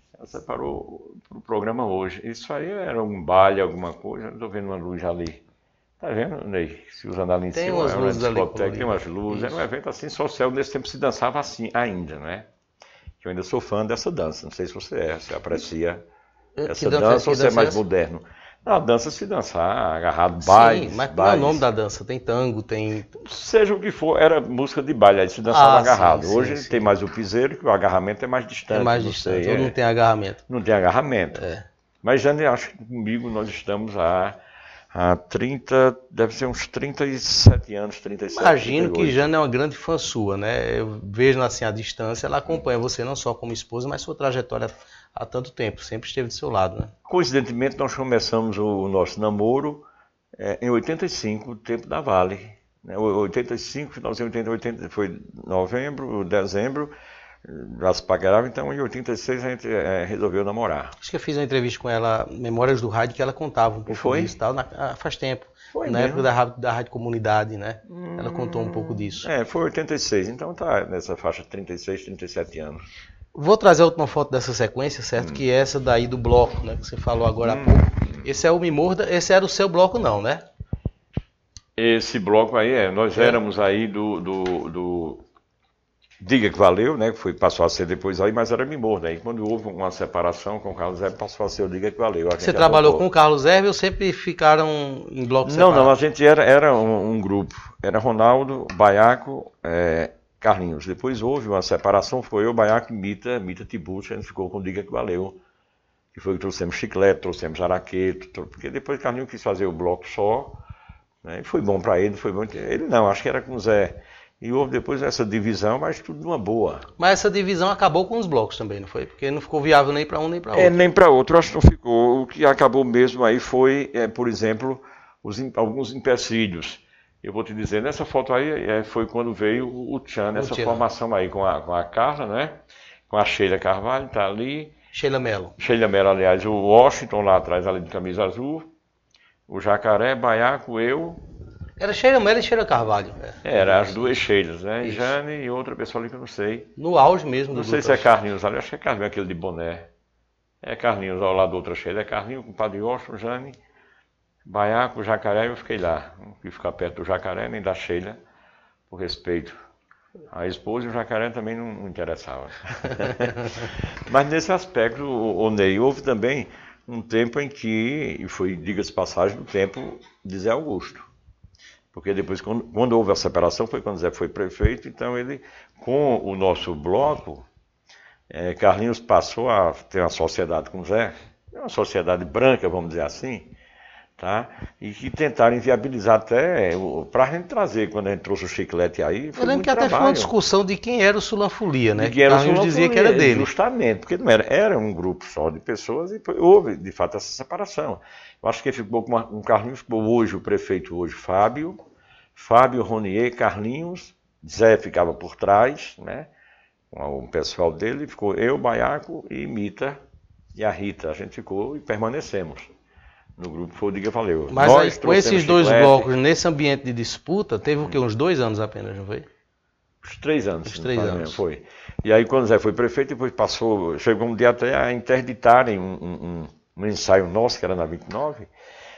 pro programa hoje. Isso aí era um baile, alguma coisa. Estou vendo uma luz ali. Tá vendo, Ney? Se usando ali em cima. Tem umas luzes ali. Tem umas luzes. Era um evento assim social. Nesse tempo se dançava assim ainda, né? Eu ainda sou fã dessa dança. Não sei se você aprecia essa dança ou se é mais moderno. A dança se dançar, agarrado, baile. Sim, mas qual é o nome da dança? Tem tango, tem... Seja o que for, era música de baile, aí se dançava agarrado. Hoje tem mais o piseiro, que o agarramento é mais distante. É mais distante, ou não tem agarramento. Não tem agarramento. Mas, Jane, acho que comigo nós estamos há Há 30, deve ser uns 37 anos, 37 Imagino 38. que Jane é uma grande fã sua, né? Eu vejo assim à distância, ela acompanha você não só como esposa, mas sua trajetória há tanto tempo, sempre esteve do seu lado, né? Coincidentemente, nós começamos o nosso namoro em 85, o tempo da Vale. Né? 85, finalzinho de 80, foi novembro, dezembro, já se paquerava, então em 86 a gente resolveu namorar. Acho que eu fiz uma entrevista com ela, Memórias do Rádio, que ela contava um pouco Foi? disso e tal, faz tempo. Foi na mesmo? época da Rádio Comunidade, né? Ela contou um pouco disso. Foi 86, então tá nessa faixa de 36, 37 anos. Vou trazer a última foto dessa sequência, certo? Que é essa daí do bloco, né? Que você falou agora há pouco. Esse é o Me Morda, esse era o seu bloco não, né? Esse bloco aí nós éramos aí do Diga que Valeu, né? Que passou a ser depois aí, mas era Me Morda. Aí quando houve uma separação com o Carlos Herve, passou a ser o Diga que Valeu. Você trabalhou com o Carlos Herve ou sempre ficaram em blocos separados? Não, a gente era um grupo. Era Ronaldo, Baiaco, Carlinhos. Depois houve uma separação, foi eu, Baiaco e Mita Tiburcio, a gente ficou com o Diga que Valeu. Que foi que trouxemos Chiclete, trouxemos Araqueto, porque depois Carlinhos quis fazer o bloco só, né, e foi bom para ele, foi bom. Ele não, acho que era com o Zé. E houve depois essa divisão, mas tudo numa boa. Mas essa divisão acabou com os blocos também, não foi? Porque não ficou viável nem para um nem para outro. Nem para outro, acho que não ficou. O que acabou mesmo aí foi, por exemplo, alguns empecilhos. Eu vou te dizer, nessa foto aí foi quando veio o Tchan, nessa formação aí, com a Carla, né? Com a Sheila Carvalho, tá ali. Sheila Mello, aliás, o Washington lá atrás, ali de camisa azul. O Jacaré, Baiaco, eu. Era Sheila Mello e Sheila Carvalho. Era as duas Sheilas, né? Isso. Jane e outra pessoa ali que eu não sei. No auge mesmo do Não sei se é Carlinhos ali, acho que é Carlinhos, aquele de boné. É Carlinhos ao lado da outra Sheila. É Carlinhos com o Padre Washington, Jane, Baiaco, Jacaré, eu fiquei lá. Não quis ficar perto do Jacaré nem da Sheila, por respeito. A esposa e o Jacaré também não interessava. Mas nesse aspecto, o Ney, houve também um tempo em que, e foi, diga-se passagem, no tempo de Zé Augusto. Porque depois, quando houve a separação, foi quando Zé foi prefeito, então ele, com o nosso bloco, Carlinhos passou a ter uma sociedade com Zé, uma sociedade branca, vamos dizer assim, tá? E que tentaram inviabilizar até para a gente trazer, quando a gente trouxe o Chiclete aí. Eu lembro que até foi uma discussão de quem era o Sulanfolia, né? Que Carlinhos dizia que era dele. Justamente, porque não era um grupo só de pessoas e houve, de fato, essa separação. Eu acho que ficou com um Carlinhos, ficou hoje o prefeito, Fábio, Ronier, Carlinhos, Zé ficava por trás, né? Com o pessoal dele, ficou eu, Baiaco e Mita e a Rita. A gente ficou e permanecemos. No grupo foi o Diga Valeu. Mas aí, com esses dois blocos, nesse ambiente de disputa, teve o quê? Uns 2 anos apenas, não foi? Uns 3 anos. Uns 3 anos. Foi. E aí, quando o Zé foi prefeito, depois chegou um dia até a interditarem um ensaio nosso, que era na 29,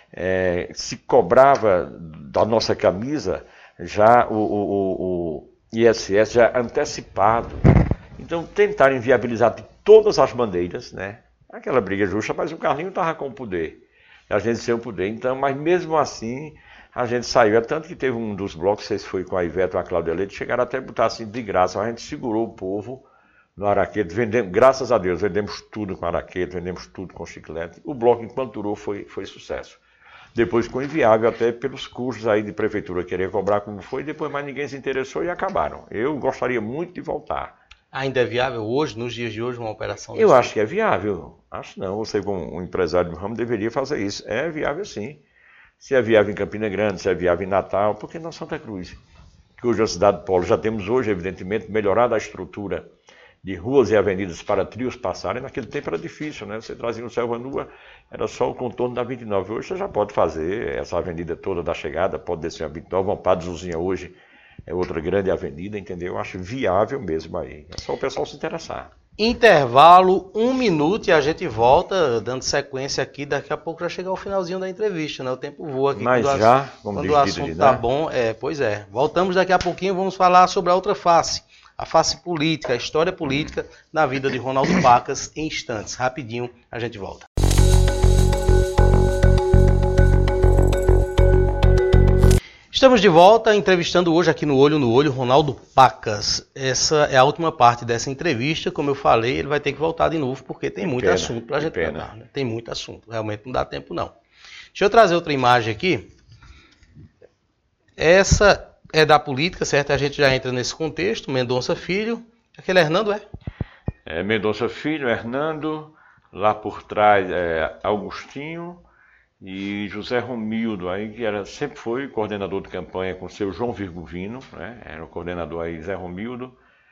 se cobrava da nossa camisa já o ISS já antecipado. Então, tentaram inviabilizar de todas as bandeiras, né? Aquela briga justa, mas o Carlinho estava com o poder. A gente sem o poder, então, mas mesmo assim a gente saiu. É tanto que teve um dos blocos, não sei se foi com a Ivete ou a Cláudia Leite, chegaram até a botar assim de graça. A gente segurou o povo no Araqueto, vendemos, graças a Deus, vendemos tudo com Araqueto, vendemos tudo com Chiclete. O bloco, enquanto durou, foi sucesso. Depois ficou inviável até pelos custos aí de prefeitura querer cobrar como foi, depois mais ninguém se interessou e acabaram. Eu gostaria muito de voltar. Ainda é viável hoje, nos dias de hoje, uma operação dessa? Eu acho que é viável. Acho não. Você, como um empresário do ramo, deveria fazer isso. É viável, sim. Se é viável em Campina Grande, se é viável em Natal, por que não Santa Cruz? Que hoje é a cidade polo. Já temos hoje, evidentemente, melhorado a estrutura de ruas e avenidas para trios passarem. Naquele tempo era difícil, né? Você trazia no Selva Nua, era só o contorno da 29. Hoje você já pode fazer essa avenida toda da chegada, pode descer a 29. Uma Padre Zuzinha hoje é outra grande avenida, entendeu? Eu acho viável mesmo aí. É só o pessoal se interessar. Intervalo, 1 minuto e a gente volta dando sequência aqui. Daqui a pouco já chega ao finalzinho da entrevista, né? O tempo voa aqui. Mas quando o assunto tá bom, pois é. Voltamos daqui a pouquinho, vamos falar sobre a outra face. A face política, a história política na vida de Ronaldo Pacas em instantes. Rapidinho, a gente volta. Estamos de volta entrevistando hoje aqui no Olho Ronaldo Pacas. Essa é a última parte dessa entrevista. Como eu falei, ele vai ter que voltar de novo porque tem muito assunto para a gente tratar. Né? Tem muito assunto, realmente não dá tempo não. Deixa eu trazer outra imagem aqui. Essa é da política, certo? A gente já entra nesse contexto. Mendonça Filho. Aquele Hernando é? Mendonça Filho, Hernando, lá por trás Augustinho e José Romildo, aí, que sempre foi coordenador de campanha com o seu João Virguvino, né? Era o coordenador aí, Zé Romildo.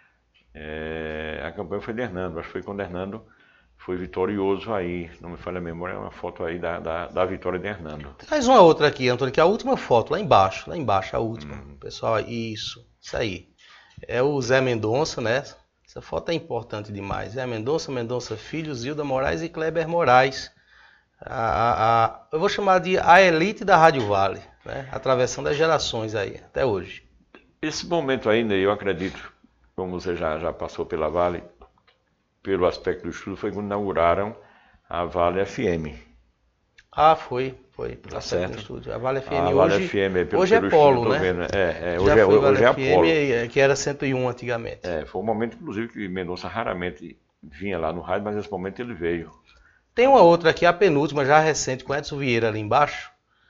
A campanha foi de Hernando, acho que foi quando Hernando foi vitorioso aí, não me falha a memória, é uma foto aí da vitória de Hernando. Traz uma outra aqui, Antônio, que é a última foto, lá embaixo, a última. Pessoal, isso aí. É o Zé Mendonça, né? Essa foto é importante demais. Zé Mendonça, Mendonça Filho, Zilda Moraes e Kleber Moraes. Eu vou chamar de a elite da Rádio Vale, né? Atravessando as gerações aí, até hoje. Esse momento ainda, eu acredito, como você já passou pela Vale, pelo aspecto do estudo, foi quando inauguraram a Vale FM. Foi. Tá certo. Estúdio. A Vale FM Vale FM, hoje é Polo, né? Vendo. Hoje é a Polo. Que era 101 antigamente. Foi um momento, inclusive, que Mendonça raramente vinha lá no rádio, mas nesse momento ele veio. Tem uma outra aqui, a penúltima, já recente, com Edson Vieira ali embaixo.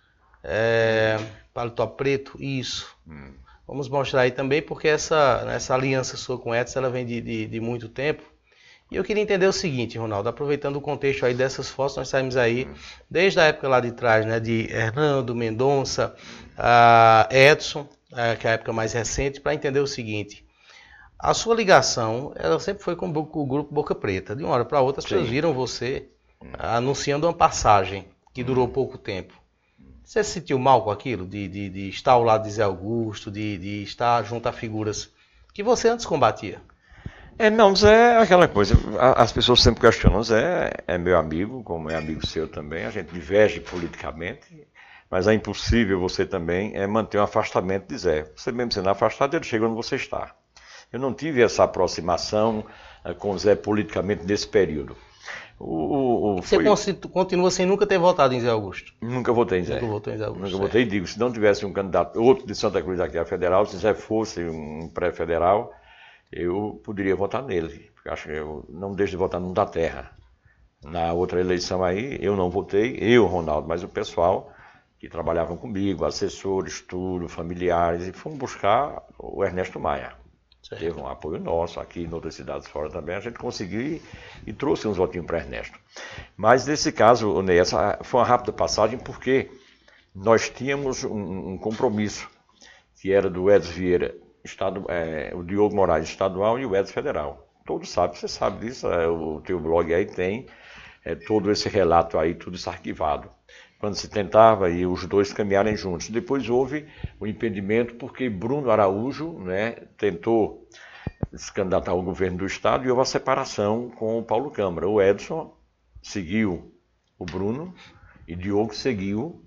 Paletó preto, isso. Vamos mostrar aí também, porque essa aliança sua com Edson, ela vem de muito tempo. E eu queria entender o seguinte, Ronaldo, aproveitando o contexto aí dessas fotos, nós saímos aí desde a época lá de trás, né, de Hernando, Mendonça, Edson, que é a época mais recente, para entender o seguinte. A sua ligação, ela sempre foi com o grupo Boca Preta. De uma hora para outra, as pessoas viram você anunciando uma passagem que durou pouco tempo. Você se sentiu mal com aquilo? De estar ao lado de Zé Augusto, de estar junto a figuras que você antes combatia? Não, Zé é aquela coisa, as pessoas sempre questionam, Zé é meu amigo, como é amigo seu também, a gente diverge politicamente, mas é impossível você também manter um afastamento de Zé. Você mesmo sendo afastado, ele chega onde você está. Eu não tive essa aproximação com o Zé politicamente nesse período. Você continua sem nunca ter votado em Zé Augusto? Nunca votei em Zé. Nunca votou em Zé Augusto. Nunca votei, digo, se não tivesse um candidato, outro de Santa Cruz aqui a federal, se Zé fosse um pré-federal, eu poderia votar nele, porque acho que eu não deixo de votar num da terra. Na outra eleição aí, eu não votei, Ronaldo, mas o pessoal que trabalhavam comigo, assessores, tudo, familiares, e fomos buscar o Ernesto Maia. Certo. Teve um apoio nosso aqui em outras cidades fora também, a gente conseguiu e trouxe uns votinhos para Ernesto. Mas nesse caso, Ney, essa foi uma rápida passagem porque nós tínhamos um compromisso, que era do Edson Vieira, o Diogo Moraes estadual e o Edson federal. Todos sabem, você sabe disso, o teu blog aí tem todo esse relato aí, tudo isso arquivado. Quando se tentava e os dois caminharem juntos. Depois houve o impedimento porque Bruno Araújo, né, tentou se candidatar ao governo do estado e houve a separação com o Paulo Câmara. O Edson seguiu o Bruno e Diogo seguiu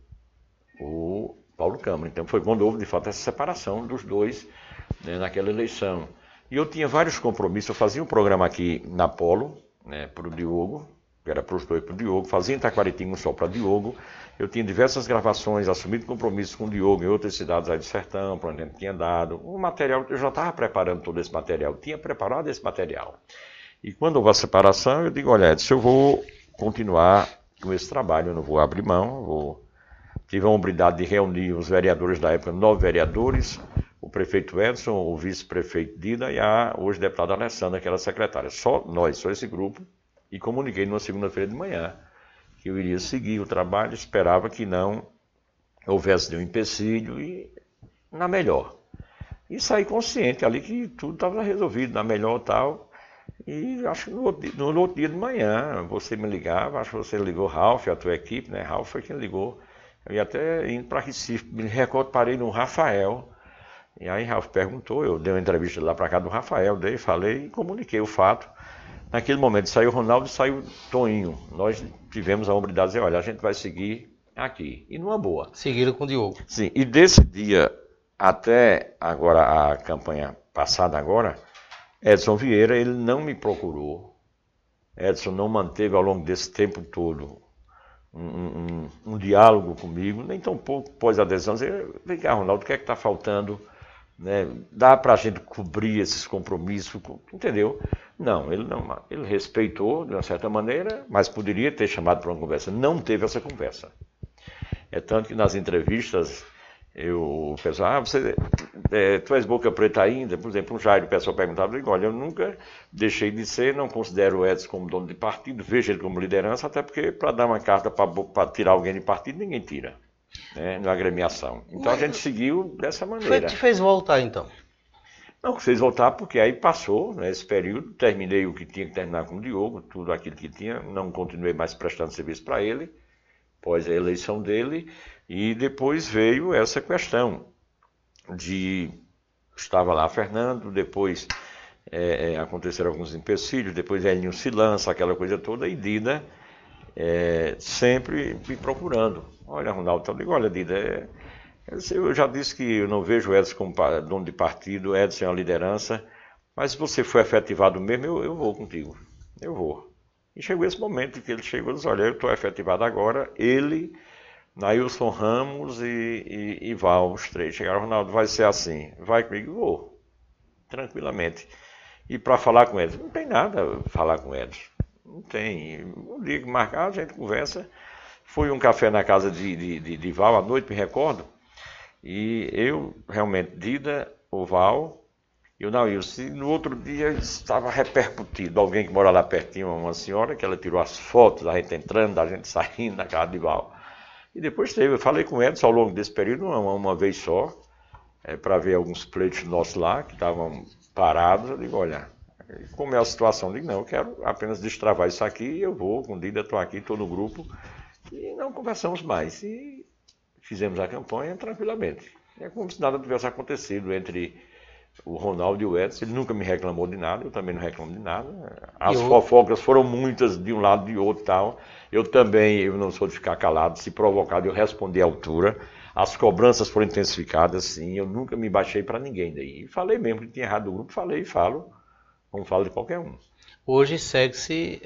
o Paulo Câmara. Então foi quando houve de fato essa separação dos dois, né, naquela eleição. E eu tinha vários compromissos, eu fazia um programa aqui na Polo, né, para o Diogo, que era para os dois, para o Diogo, fazia em Itaquaritinga só para o Diogo. Eu tinha diversas gravações, assumido compromissos com o Diogo em outras cidades aí do sertão, para onde a gente tinha dado. O material, eu já estava preparando todo esse material, tinha preparado esse material. E quando houve a separação, eu digo, olha, Edson, eu vou continuar com esse trabalho, eu não vou abrir mão, tive a hombridade de reunir os vereadores da época, 9 vereadores, o prefeito Edson, o vice-prefeito Dida e a hoje deputada Alessandra, que era secretária. Só nós, só esse grupo, e comuniquei numa segunda-feira de manhã que eu iria seguir o trabalho, esperava que não houvesse nenhum empecilho e na melhor. E saí consciente ali que tudo estava resolvido, na melhor tal. E acho que no outro dia de manhã você me ligava, acho que você ligou Ralf, a tua equipe, né? Ralf foi quem ligou. Eu ia até indo para Recife, me recordo, parei no Rafael. E aí Ralf perguntou, eu dei uma entrevista lá para cá do Rafael, falei e comuniquei o fato. Naquele momento saiu o Ronaldo e saiu o Toninho. Nós tivemos a hombridade de dizer, olha, a gente vai seguir aqui. E numa boa. Seguiram com o Diogo. Sim, e desse dia até agora, a campanha passada agora, Edson Vieira, ele não me procurou. Edson não manteve ao longo desse tempo todo um diálogo comigo, nem tão pouco pós adesão. Vem cá, Ronaldo, o que é que está faltando? Né? Dá para a gente cobrir esses compromissos, entendeu? Não, ele respeitou de uma certa maneira, mas poderia ter chamado para uma conversa. Não teve essa conversa. É tanto que nas entrevistas, o pessoal, tu és boca preta ainda? Por exemplo, um Jair, o pessoal perguntava, eu digo, olha, eu nunca deixei de ser, não considero o Edson como dono de partido, vejo ele como liderança, até porque para dar uma carta para tirar alguém de partido, ninguém tira, né, na agremiação. Então a gente seguiu dessa maneira. Foi que te fez voltar, então? Não, fez voltar porque aí passou, né, esse período, terminei o que tinha que terminar com o Diogo, tudo aquilo que tinha, não continuei mais prestando serviço para ele, após a eleição dele, e depois veio essa questão de... Estava lá Fernando, depois aconteceram alguns empecilhos, depois Elinho se lança, aquela coisa toda, e Dida sempre me procurando. Olha, Ronaldo, eu digo, olha, Dida, eu já disse que eu não vejo o Edson como dono de partido, Edson é uma liderança, mas se você for efetivado mesmo, eu vou contigo, eu vou. E chegou esse momento que ele chegou e disse, olha, eu estou efetivado agora, ele, Nailson Ramos e Val, os três. Chegaram, Ronaldo, vai ser assim, vai comigo? Vou, tranquilamente. E para falar com eles, não tem nada falar com eles, não tem. Um dia que marcar, a gente conversa. Foi um café na casa de Val à noite, me recordo, e eu, realmente, Dida, o Val e o Nailson. E no outro dia estava repercutido. Alguém que mora lá pertinho, uma senhora, que ela tirou as fotos da gente entrando, da gente saindo da casa de Val. E depois teve, eu falei com o Edson ao longo desse período, uma vez só, para ver alguns pleitos nossos lá, que estavam parados. Eu digo, olha, como é a situação? Eu digo, não, eu quero apenas destravar isso aqui, eu vou, com o Dida, estou aqui, estou no grupo, e não conversamos mais. E fizemos a campanha tranquilamente. É como se nada tivesse acontecido entre o Ronaldo e o Edson. Ele nunca me reclamou de nada, eu também não reclamo de nada. As fofocas foram muitas de um lado e de outro e tal. Eu não sou de ficar calado, se provocado eu respondi à altura. As cobranças foram intensificadas, sim, eu nunca me baixei para ninguém daí. E falei mesmo que tinha errado do grupo, falei e falo, como falo de qualquer um. Hoje segue-se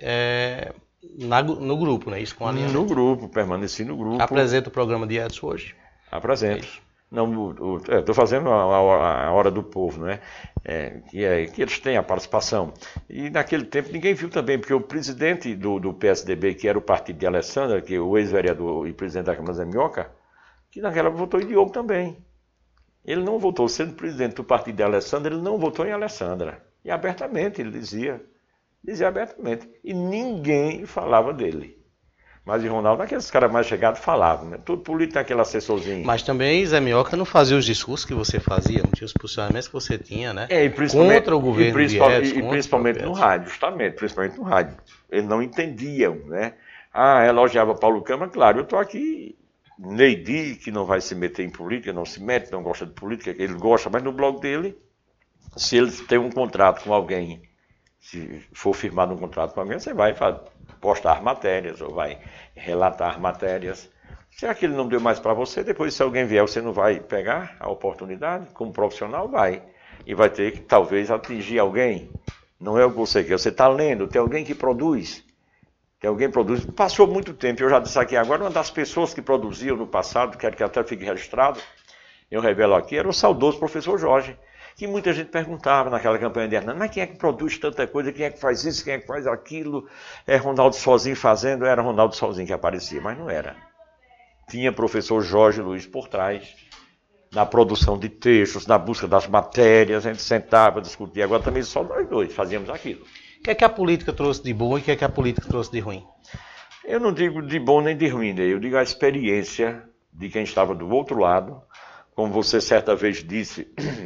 no grupo, né? Isso com a linha. No grupo, permaneci no grupo. Apresenta o programa de Edson hoje? Apresento. Não, estou fazendo a Hora do Povo, né? Que eles têm a participação. E naquele tempo ninguém viu também, porque o presidente do PSDB, que era o partido de Alessandra, que é o ex-vereador e presidente da Câmara Zé Minhoca, que naquela votou em Diogo também. Ele não votou, sendo presidente do partido de Alessandra, ele não votou em Alessandra. E abertamente, ele dizia abertamente. E ninguém falava dele. Mas de Ronaldo, aqueles caras mais chegados falavam, né? Todo político tem aquele assessorzinho. Mas também Zé Minhoca não fazia os discursos que você fazia, não tinha os posicionamentos que você tinha, né? Contra o governo e principalmente no rádio, justamente, principalmente no rádio. Eles não entendiam, né? Elogiava Paulo Câmara, claro, eu estou aqui, Neidi, que não vai se meter em política, não se mete, não gosta de política, ele gosta, mas no blog dele, se ele tem um contrato com alguém, se for firmado um contrato com alguém, você vai postar matérias ou vai relatar matérias. Se aquilo não deu mais para você, depois se alguém vier, você não vai pegar a oportunidade, como profissional vai. E vai ter que talvez atingir alguém. Não é o que você quer, você está lendo, tem alguém que produz. Tem alguém que produz. Passou muito tempo, eu já disse aqui agora, uma das pessoas que produziam no passado, quero que até fique registrado, eu revelo aqui, era o saudoso professor Jorge, que muita gente perguntava naquela campanha de Hernando, mas quem é que produz tanta coisa, quem é que faz isso, quem é que faz aquilo? É Ronaldo sozinho fazendo, era Ronaldo sozinho que aparecia, mas não era. Tinha professor Jorge Luiz por trás, na produção de textos, na busca das matérias, a gente sentava, discutia, agora também só nós dois fazíamos aquilo. O que é que a política trouxe de bom e o que é que a política trouxe de ruim? Eu não digo de bom nem de ruim, né? Eu digo a experiência de quem estava do outro lado, como você certa vez disse...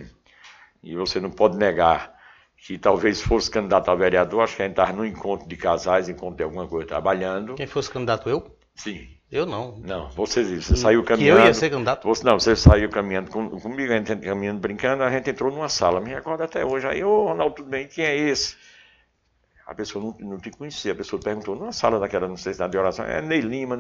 E você não pode negar que talvez fosse candidato a vereador, acho que a gente estava num encontro de casais, encontro de alguma coisa, trabalhando. Quem fosse candidato, eu? Sim. Eu não. Não, você saiu caminhando. Que eu ia ser candidato? Você saiu caminhando comigo, a gente caminhando, brincando, a gente entrou numa sala, me recordo até hoje. Aí, Ronaldo, tudo bem, quem é esse? A pessoa não te conhecia, a pessoa perguntou, numa sala daquela, não sei se de oração, é Ney Lima.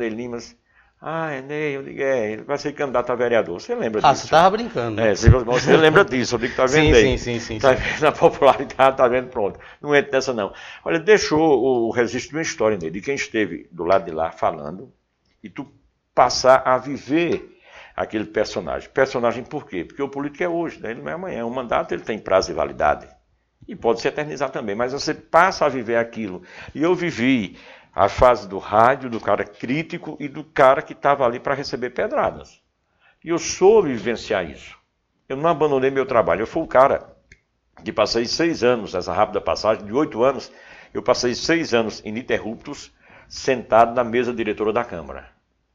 É Ney, eu digo, ele vai ser candidato a vereador. Você lembra disso? Você estava brincando. Né? Você lembra disso, eu digo que está vendo aí. Sim. Está vendo a popularidade, está vendo, pronto. Não entra nessa não. Olha, deixou o registro de uma história nele, de quem esteve do lado de lá falando, e tu passar a viver aquele personagem. Personagem por quê? Porque o político é hoje, né? Ele não é amanhã. O mandato ele tem prazo de validade. E pode se eternizar também, mas você passa a viver aquilo. E eu vivi A fase do rádio, do cara crítico e do cara que estava ali para receber pedradas. E eu soube vivenciar isso. Eu não abandonei meu trabalho. Eu fui o cara que passei 6 anos, essa rápida passagem de 8 anos, eu passei 6 anos ininterruptos, sentado na mesa diretora da Câmara.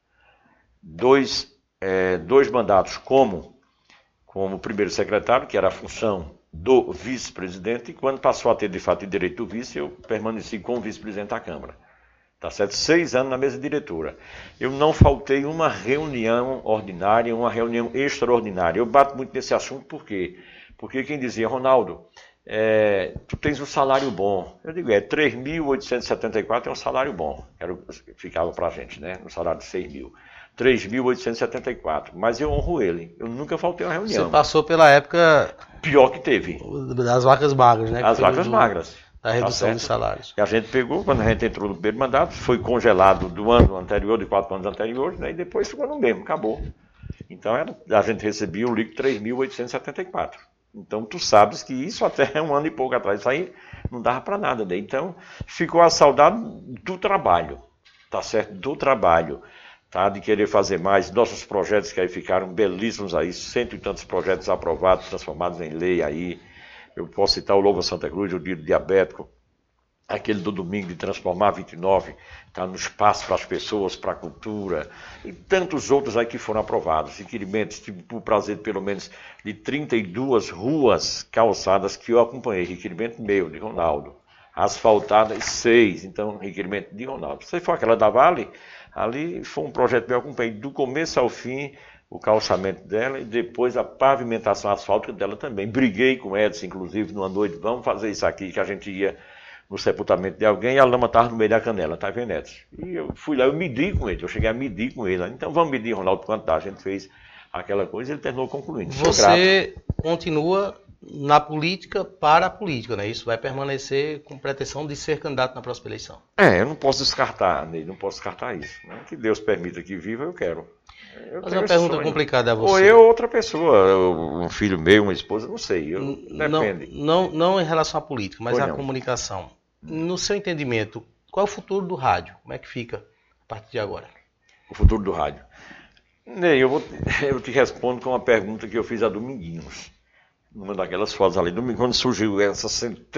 Dois mandatos como primeiro secretário, que era a função do vice-presidente, e quando passou a ter de fato o direito do vice, eu permaneci como vice-presidente da Câmara. Tá certo? 6 anos na mesa diretora. Eu não faltei uma reunião ordinária, uma reunião extraordinária. Eu bato muito nesse assunto, por quê? Porque quem dizia, Ronaldo, tu tens um salário bom. Eu digo, 3.874 é um salário bom. Ficava pra gente, né? No salário de 6 mil. 3.874. Mas eu honro ele. Eu nunca faltei a uma reunião. Você passou pela época... Pior que teve. Das vacas magras, né? As vacas magras. Da redução dos salários. Que a gente pegou, quando a gente entrou no primeiro mandato, foi congelado do ano anterior, de 4 anos anteriores, né, e depois ficou no mesmo, acabou. Então a gente recebia um líquido 3.874. Então tu sabes que isso até um ano e pouco atrás, isso aí não dava para nada, né? Então ficou a saudade do trabalho, tá certo? Do trabalho, tá? De querer fazer mais, nossos projetos que aí ficaram belíssimos aí, 100 e tantos projetos aprovados, transformados em lei aí. Eu posso citar o Louva Santa Cruz, o Dia do Diabético, aquele do domingo de transformar 29, tá, no espaço para as pessoas, para a cultura, e tantos outros aí que foram aprovados. Requerimentos, tive o prazer pelo menos de 32 ruas calçadas que eu acompanhei, requerimento meu, de Ronaldo. Asfaltadas 6, então requerimento de Ronaldo. Se for aquela da Vale, ali foi um projeto que eu acompanhei do começo ao fim, o calçamento dela e depois a pavimentação asfáltica dela também. Briguei com Edson, inclusive, numa noite, vamos fazer isso aqui, que a gente ia no sepultamento de alguém e a lama estava no meio da canela, tá vendo, Edson? E eu fui lá, eu medi com ele, eu cheguei a medir com ele. Então vamos medir, Ronaldo, quanto dá? A gente fez aquela coisa e ele terminou concluindo. Você continua na política para a política, né? Isso vai permanecer com pretensão de ser candidato na próxima eleição. Eu não posso descartar, Ney, não posso descartar isso. Né? Que Deus permita que viva, eu quero. Mas uma pergunta complicada a você. Ou eu ou outra pessoa, um filho meu, uma esposa, não sei. Depende. Não em relação à política, mas à não. comunicação. No seu entendimento, qual é o futuro do rádio? Como é que fica a partir de agora? O futuro do rádio. Ney, eu te respondo com uma pergunta que eu fiz a Dominguinhos. Numa daquelas fotos ali, quando surgiu essas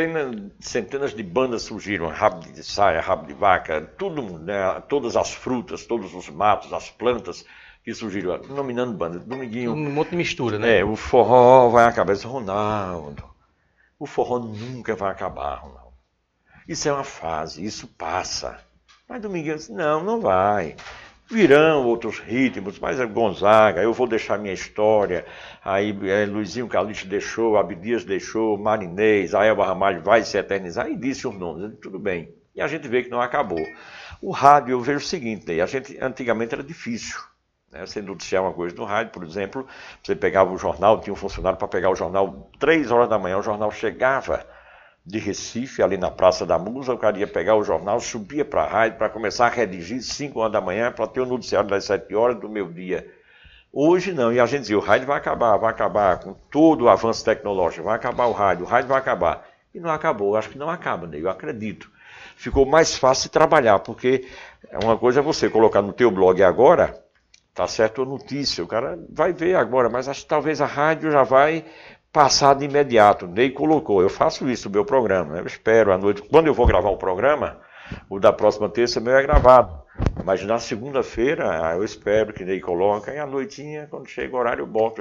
centenas de bandas surgiram, rabo de saia, rabo de vaca, tudo, né, todas as frutas, todos os matos, as plantas que surgiram, nominando bandas. Dominguinho. Um monte de mistura, né? O forró vai acabar. Eu disse, Ronaldo, o forró nunca vai acabar, Ronaldo. Isso é uma fase, isso passa. Mas Dominguinho disse, não vai. Virão outros ritmos, mas é Gonzaga, eu vou deixar minha história, aí Luizinho Calixto deixou, Abdias deixou, Marinês, a Elba Ramalho vai se eternizar, e disse os nomes, tudo bem. E a gente vê que não acabou. O rádio, eu vejo o seguinte, antigamente era difícil, né? Você noticiar uma coisa no rádio, por exemplo, você pegava o jornal, tinha um funcionário para pegar o jornal 3 horas da manhã, o jornal chegava de Recife, ali na Praça da Musa, o cara ia pegar o jornal, subia para a rádio para começar a redigir 5 horas da manhã para ter o noticiário das 7 horas do meio-dia. Hoje não, e a gente dizia, o rádio vai acabar com todo o avanço tecnológico, vai acabar o rádio vai acabar. E não acabou, acho que não acaba, né? Eu acredito. Ficou mais fácil de trabalhar, porque uma coisa é você colocar no teu blog agora, tá certo, a notícia, o cara vai ver agora, mas acho que talvez a rádio já vai passar de imediato. Ney colocou, eu faço isso no meu programa, né? Eu espero à noite, quando eu vou gravar um programa, o da próxima terça meu é gravado, mas na segunda-feira eu espero que Ney coloque, e à noitinha, quando chega o horário, eu boto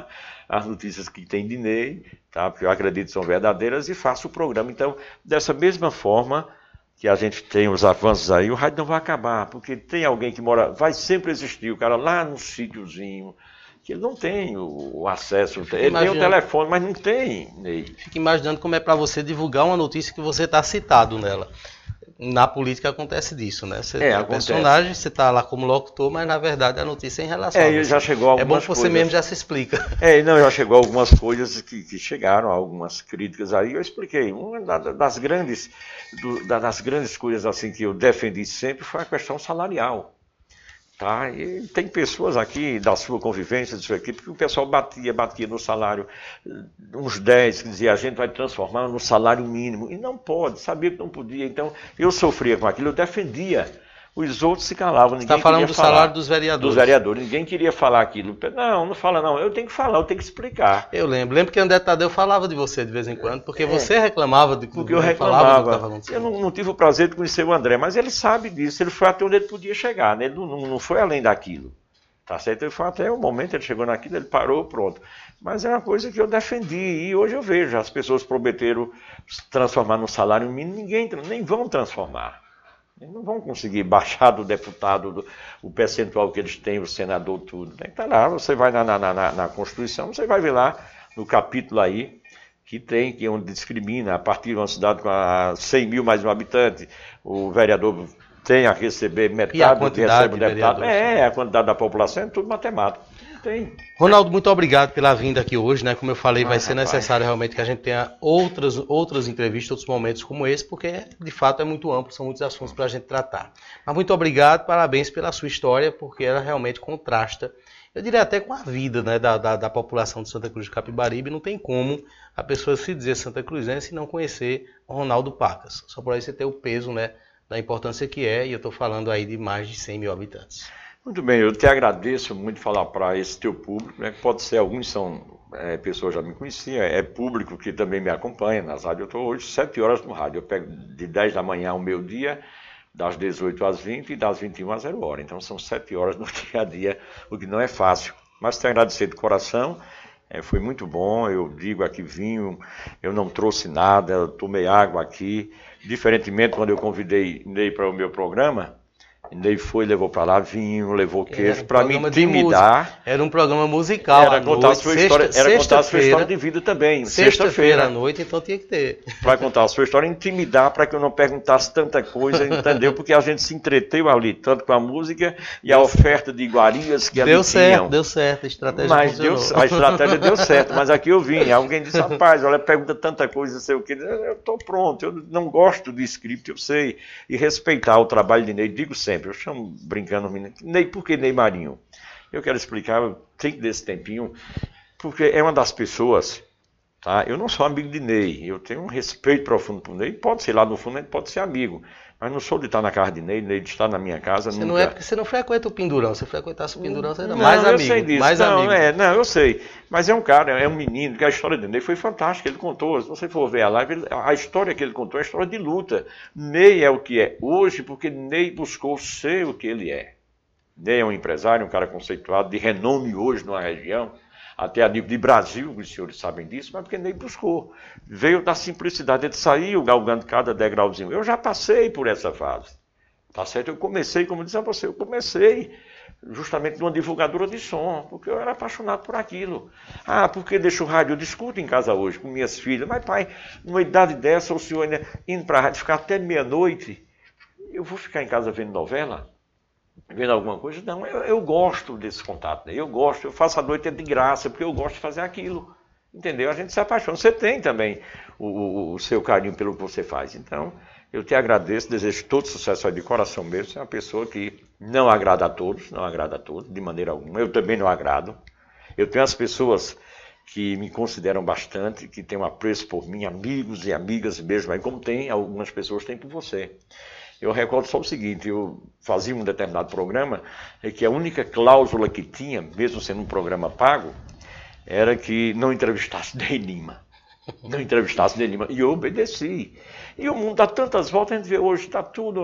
as notícias que tem de Ney, tá? Porque eu acredito que são verdadeiras, e faço o programa. Então, dessa mesma forma que a gente tem os avanços aí, o rádio não vai acabar, porque tem alguém que mora, vai sempre existir, o cara lá no sítiozinho, que ele não tem o acesso, ele tem o telefone, mas não tem, Ney. Fica imaginando como é para você divulgar uma notícia que você está citado nela. Na política acontece disso, né? Você é um personagem, você está lá como locutor, mas na verdade a notícia é em relação a você. Já chegou algumas coisas. É bom que você mesmo já se explica. Já chegou algumas coisas que chegaram, algumas críticas aí, eu expliquei. Uma das grandes coisas assim que eu defendi sempre foi a questão salarial. Tá? E tem pessoas aqui da sua convivência, da sua equipe, que o pessoal batia no salário, uns 10 que dizia, a gente vai transformar no salário mínimo. E não pode, sabia que não podia. Então, eu sofria com aquilo, eu defendia. Os outros se calavam, ninguém queria falar. Você está falando do salário dos vereadores. Dos vereadores, ninguém queria falar aquilo. Não fala não, eu tenho que falar, eu tenho que explicar. Eu lembro que André Tadeu falava de você de vez em quando, porque você reclamava de porque eu reclamava. Eu não tive o prazer de conhecer o André, mas ele sabe disso, ele foi até onde ele podia chegar, né? Ele não foi além daquilo. Tá certo? Ele foi até o momento, ele chegou naquilo, ele parou, pronto. Mas é uma coisa que eu defendi, e hoje eu vejo, as pessoas prometeram transformar no salário mínimo, nem vão transformar. Eles não vão conseguir baixar do deputado o percentual que eles têm, o senador, tudo. Tá lá, você vai na Constituição, você vai ver lá no capítulo aí, que é onde discrimina, a partir de uma cidade com 100 mil mais um habitante, o vereador tem a receber metade do que recebe o deputado. A quantidade da população é tudo matemático. Tem. Ronaldo, muito obrigado pela vinda aqui hoje, né? Como eu falei, vai ser necessário realmente que a gente tenha outras entrevistas, outros momentos como esse, porque de fato é muito amplo, são muitos assuntos para a gente tratar. Mas muito obrigado, parabéns pela sua história, porque ela realmente contrasta, eu diria até com a vida, né, da população de Santa Cruz de Capibaribe. Não tem como a pessoa se dizer Santa Cruzense e não conhecer o Ronaldo Pacas. Só por aí você ter o peso, né, da importância que é, e eu estou falando aí de mais de 100 mil habitantes. Muito bem, eu te agradeço muito falar para esse teu público, né? Pode ser, alguns são pessoas já me conheciam, é público que também me acompanha nas rádios. Eu estou hoje 7 horas no rádio, eu pego de 10 da manhã ao meio-dia, das 18 às 20 e das 21 às 0 hora. Então são 7 horas no dia a dia, o que não é fácil. Mas te agradecer de coração, foi muito bom, eu digo aqui vinho, eu não trouxe nada, eu tomei água aqui, diferentemente quando eu convidei Ney para o meu programa. Ney foi, levou para lá vinho, levou queijo, para me intimidar. Era um programa musical. Era contar a sua história, contar a sua história de vida também. Sexta-feira à noite, então tinha que ter. Para contar a sua história, intimidar, para que eu não perguntasse tanta coisa, entendeu? Porque a gente se entreteu ali, tanto com a música e a oferta de iguarias que ali tinham. Deu certo, a estratégia funcionou. A estratégia deu certo, mas aqui eu vim. Alguém disse, rapaz, olha, pergunta tanta coisa, não sei o quê. Eu estou pronto, eu não gosto de script, eu sei. E respeitar o trabalho de Ney, digo sempre. Eu chamo brincando o menino, Ney, por que Ney Marinho? Eu quero explicar, eu tenho desse tempinho, porque é uma das pessoas, tá? Eu não sou amigo de Ney, eu tenho um respeito profundo por Ney, pode ser lá no fundo, a gente pode ser amigo, mas não sou de estar na casa de Ney de estar na minha casa. Você nunca. Não é porque você não frequenta o Pendurão, se frequentasse o Pendurão, você era mais amigo. Eu sei disso. Mais amigo. Não, eu sei, mas é um cara, é um menino, que a história de Ney foi fantástica, ele contou, se você for ver a live, a história que ele contou é a história de luta. Ney é o que é hoje, porque Ney buscou ser o que ele é. Ney é um empresário, um cara conceituado, de renome hoje numa região, até a nível de Brasil, os senhores sabem disso, mas porque Ney buscou. Veio da simplicidade, ele saiu galgando cada degrauzinho. Eu já passei por essa fase. Tá certo? Eu comecei, como disse a você, eu comecei justamente numa divulgadora de som, porque eu era apaixonado por aquilo. Ah, porque deixa o rádio? Eu discuto em casa hoje com minhas filhas, mas pai, numa idade dessa, o senhor ainda indo para a rádio ficar até meia-noite, eu vou ficar em casa vendo novela? Vendo alguma coisa? Não, eu gosto desse contato, né? Eu faço a noite de graça, porque eu gosto de fazer aquilo. Entendeu? A gente se apaixona. Você tem também o seu carinho pelo que você faz. Então, eu te agradeço, desejo todo sucesso aí de coração mesmo. Você é uma pessoa que não agrada a todos, de maneira alguma. Eu também não agrado. Eu tenho as pessoas que me consideram bastante, que têm um apreço por mim, amigos e amigas mesmo, aí como tem, algumas pessoas têm por você. Eu recordo só o seguinte, eu fazia um determinado programa, que a única cláusula que tinha, mesmo sendo um programa pago, era que não entrevistasse Ney Lima. Não entrevistasse Ney Lima. E eu obedeci. E o mundo dá tantas voltas, a gente vê hoje, está tudo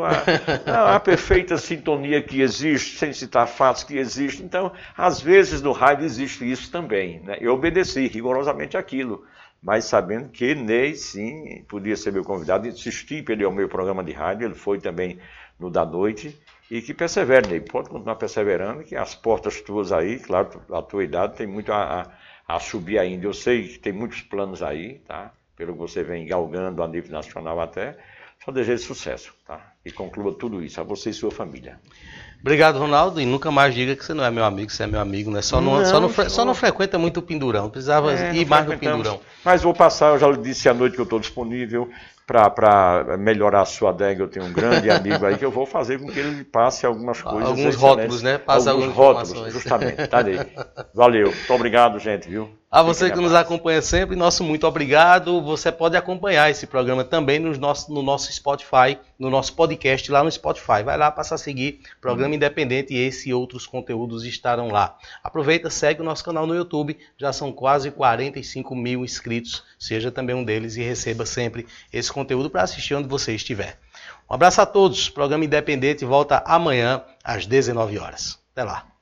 a perfeita sintonia que existe, sem citar fatos que existem. Então, às vezes no rádio existe isso também, né? Eu obedeci rigorosamente aquilo, mas sabendo que Ney, sim, podia ser meu convidado, insisti para ele ao meu programa de rádio, ele foi também no da noite, e que persevere, Ney, pode continuar perseverando, que as portas tuas aí, claro, a tua idade tem muito a subir ainda. Eu sei que tem muitos planos aí, tá? Pelo que você vem galgando a nível nacional até, só desejo sucesso, tá? E conclua tudo isso, a você e sua família. Obrigado, Ronaldo, e nunca mais diga que você não é meu amigo, você é meu amigo, né? Só não frequenta muito o Pendurão, precisava ir mais no Pendurão. Mas vou passar, eu já lhe disse à noite que eu estou disponível, para melhorar a sua adega, eu tenho um grande amigo aí que eu vou fazer com que ele passe algumas coisas. Alguns rótulos, né? Passa alguns rótulos, justamente. Tá aí. Valeu. Muito obrigado, gente, viu? A você que nos acompanha sempre, nosso muito obrigado. Você pode acompanhar esse programa também no nosso Spotify, no nosso podcast lá no Spotify. Vai lá, passa a seguir Programa Independente e esse e outros conteúdos estarão lá. Aproveita, segue o nosso canal no YouTube. Já são quase 45 mil inscritos. Seja também um deles e receba sempre esse conteúdo para assistir onde você estiver. Um abraço a todos. Programa Independente volta amanhã às 19 horas. Até lá.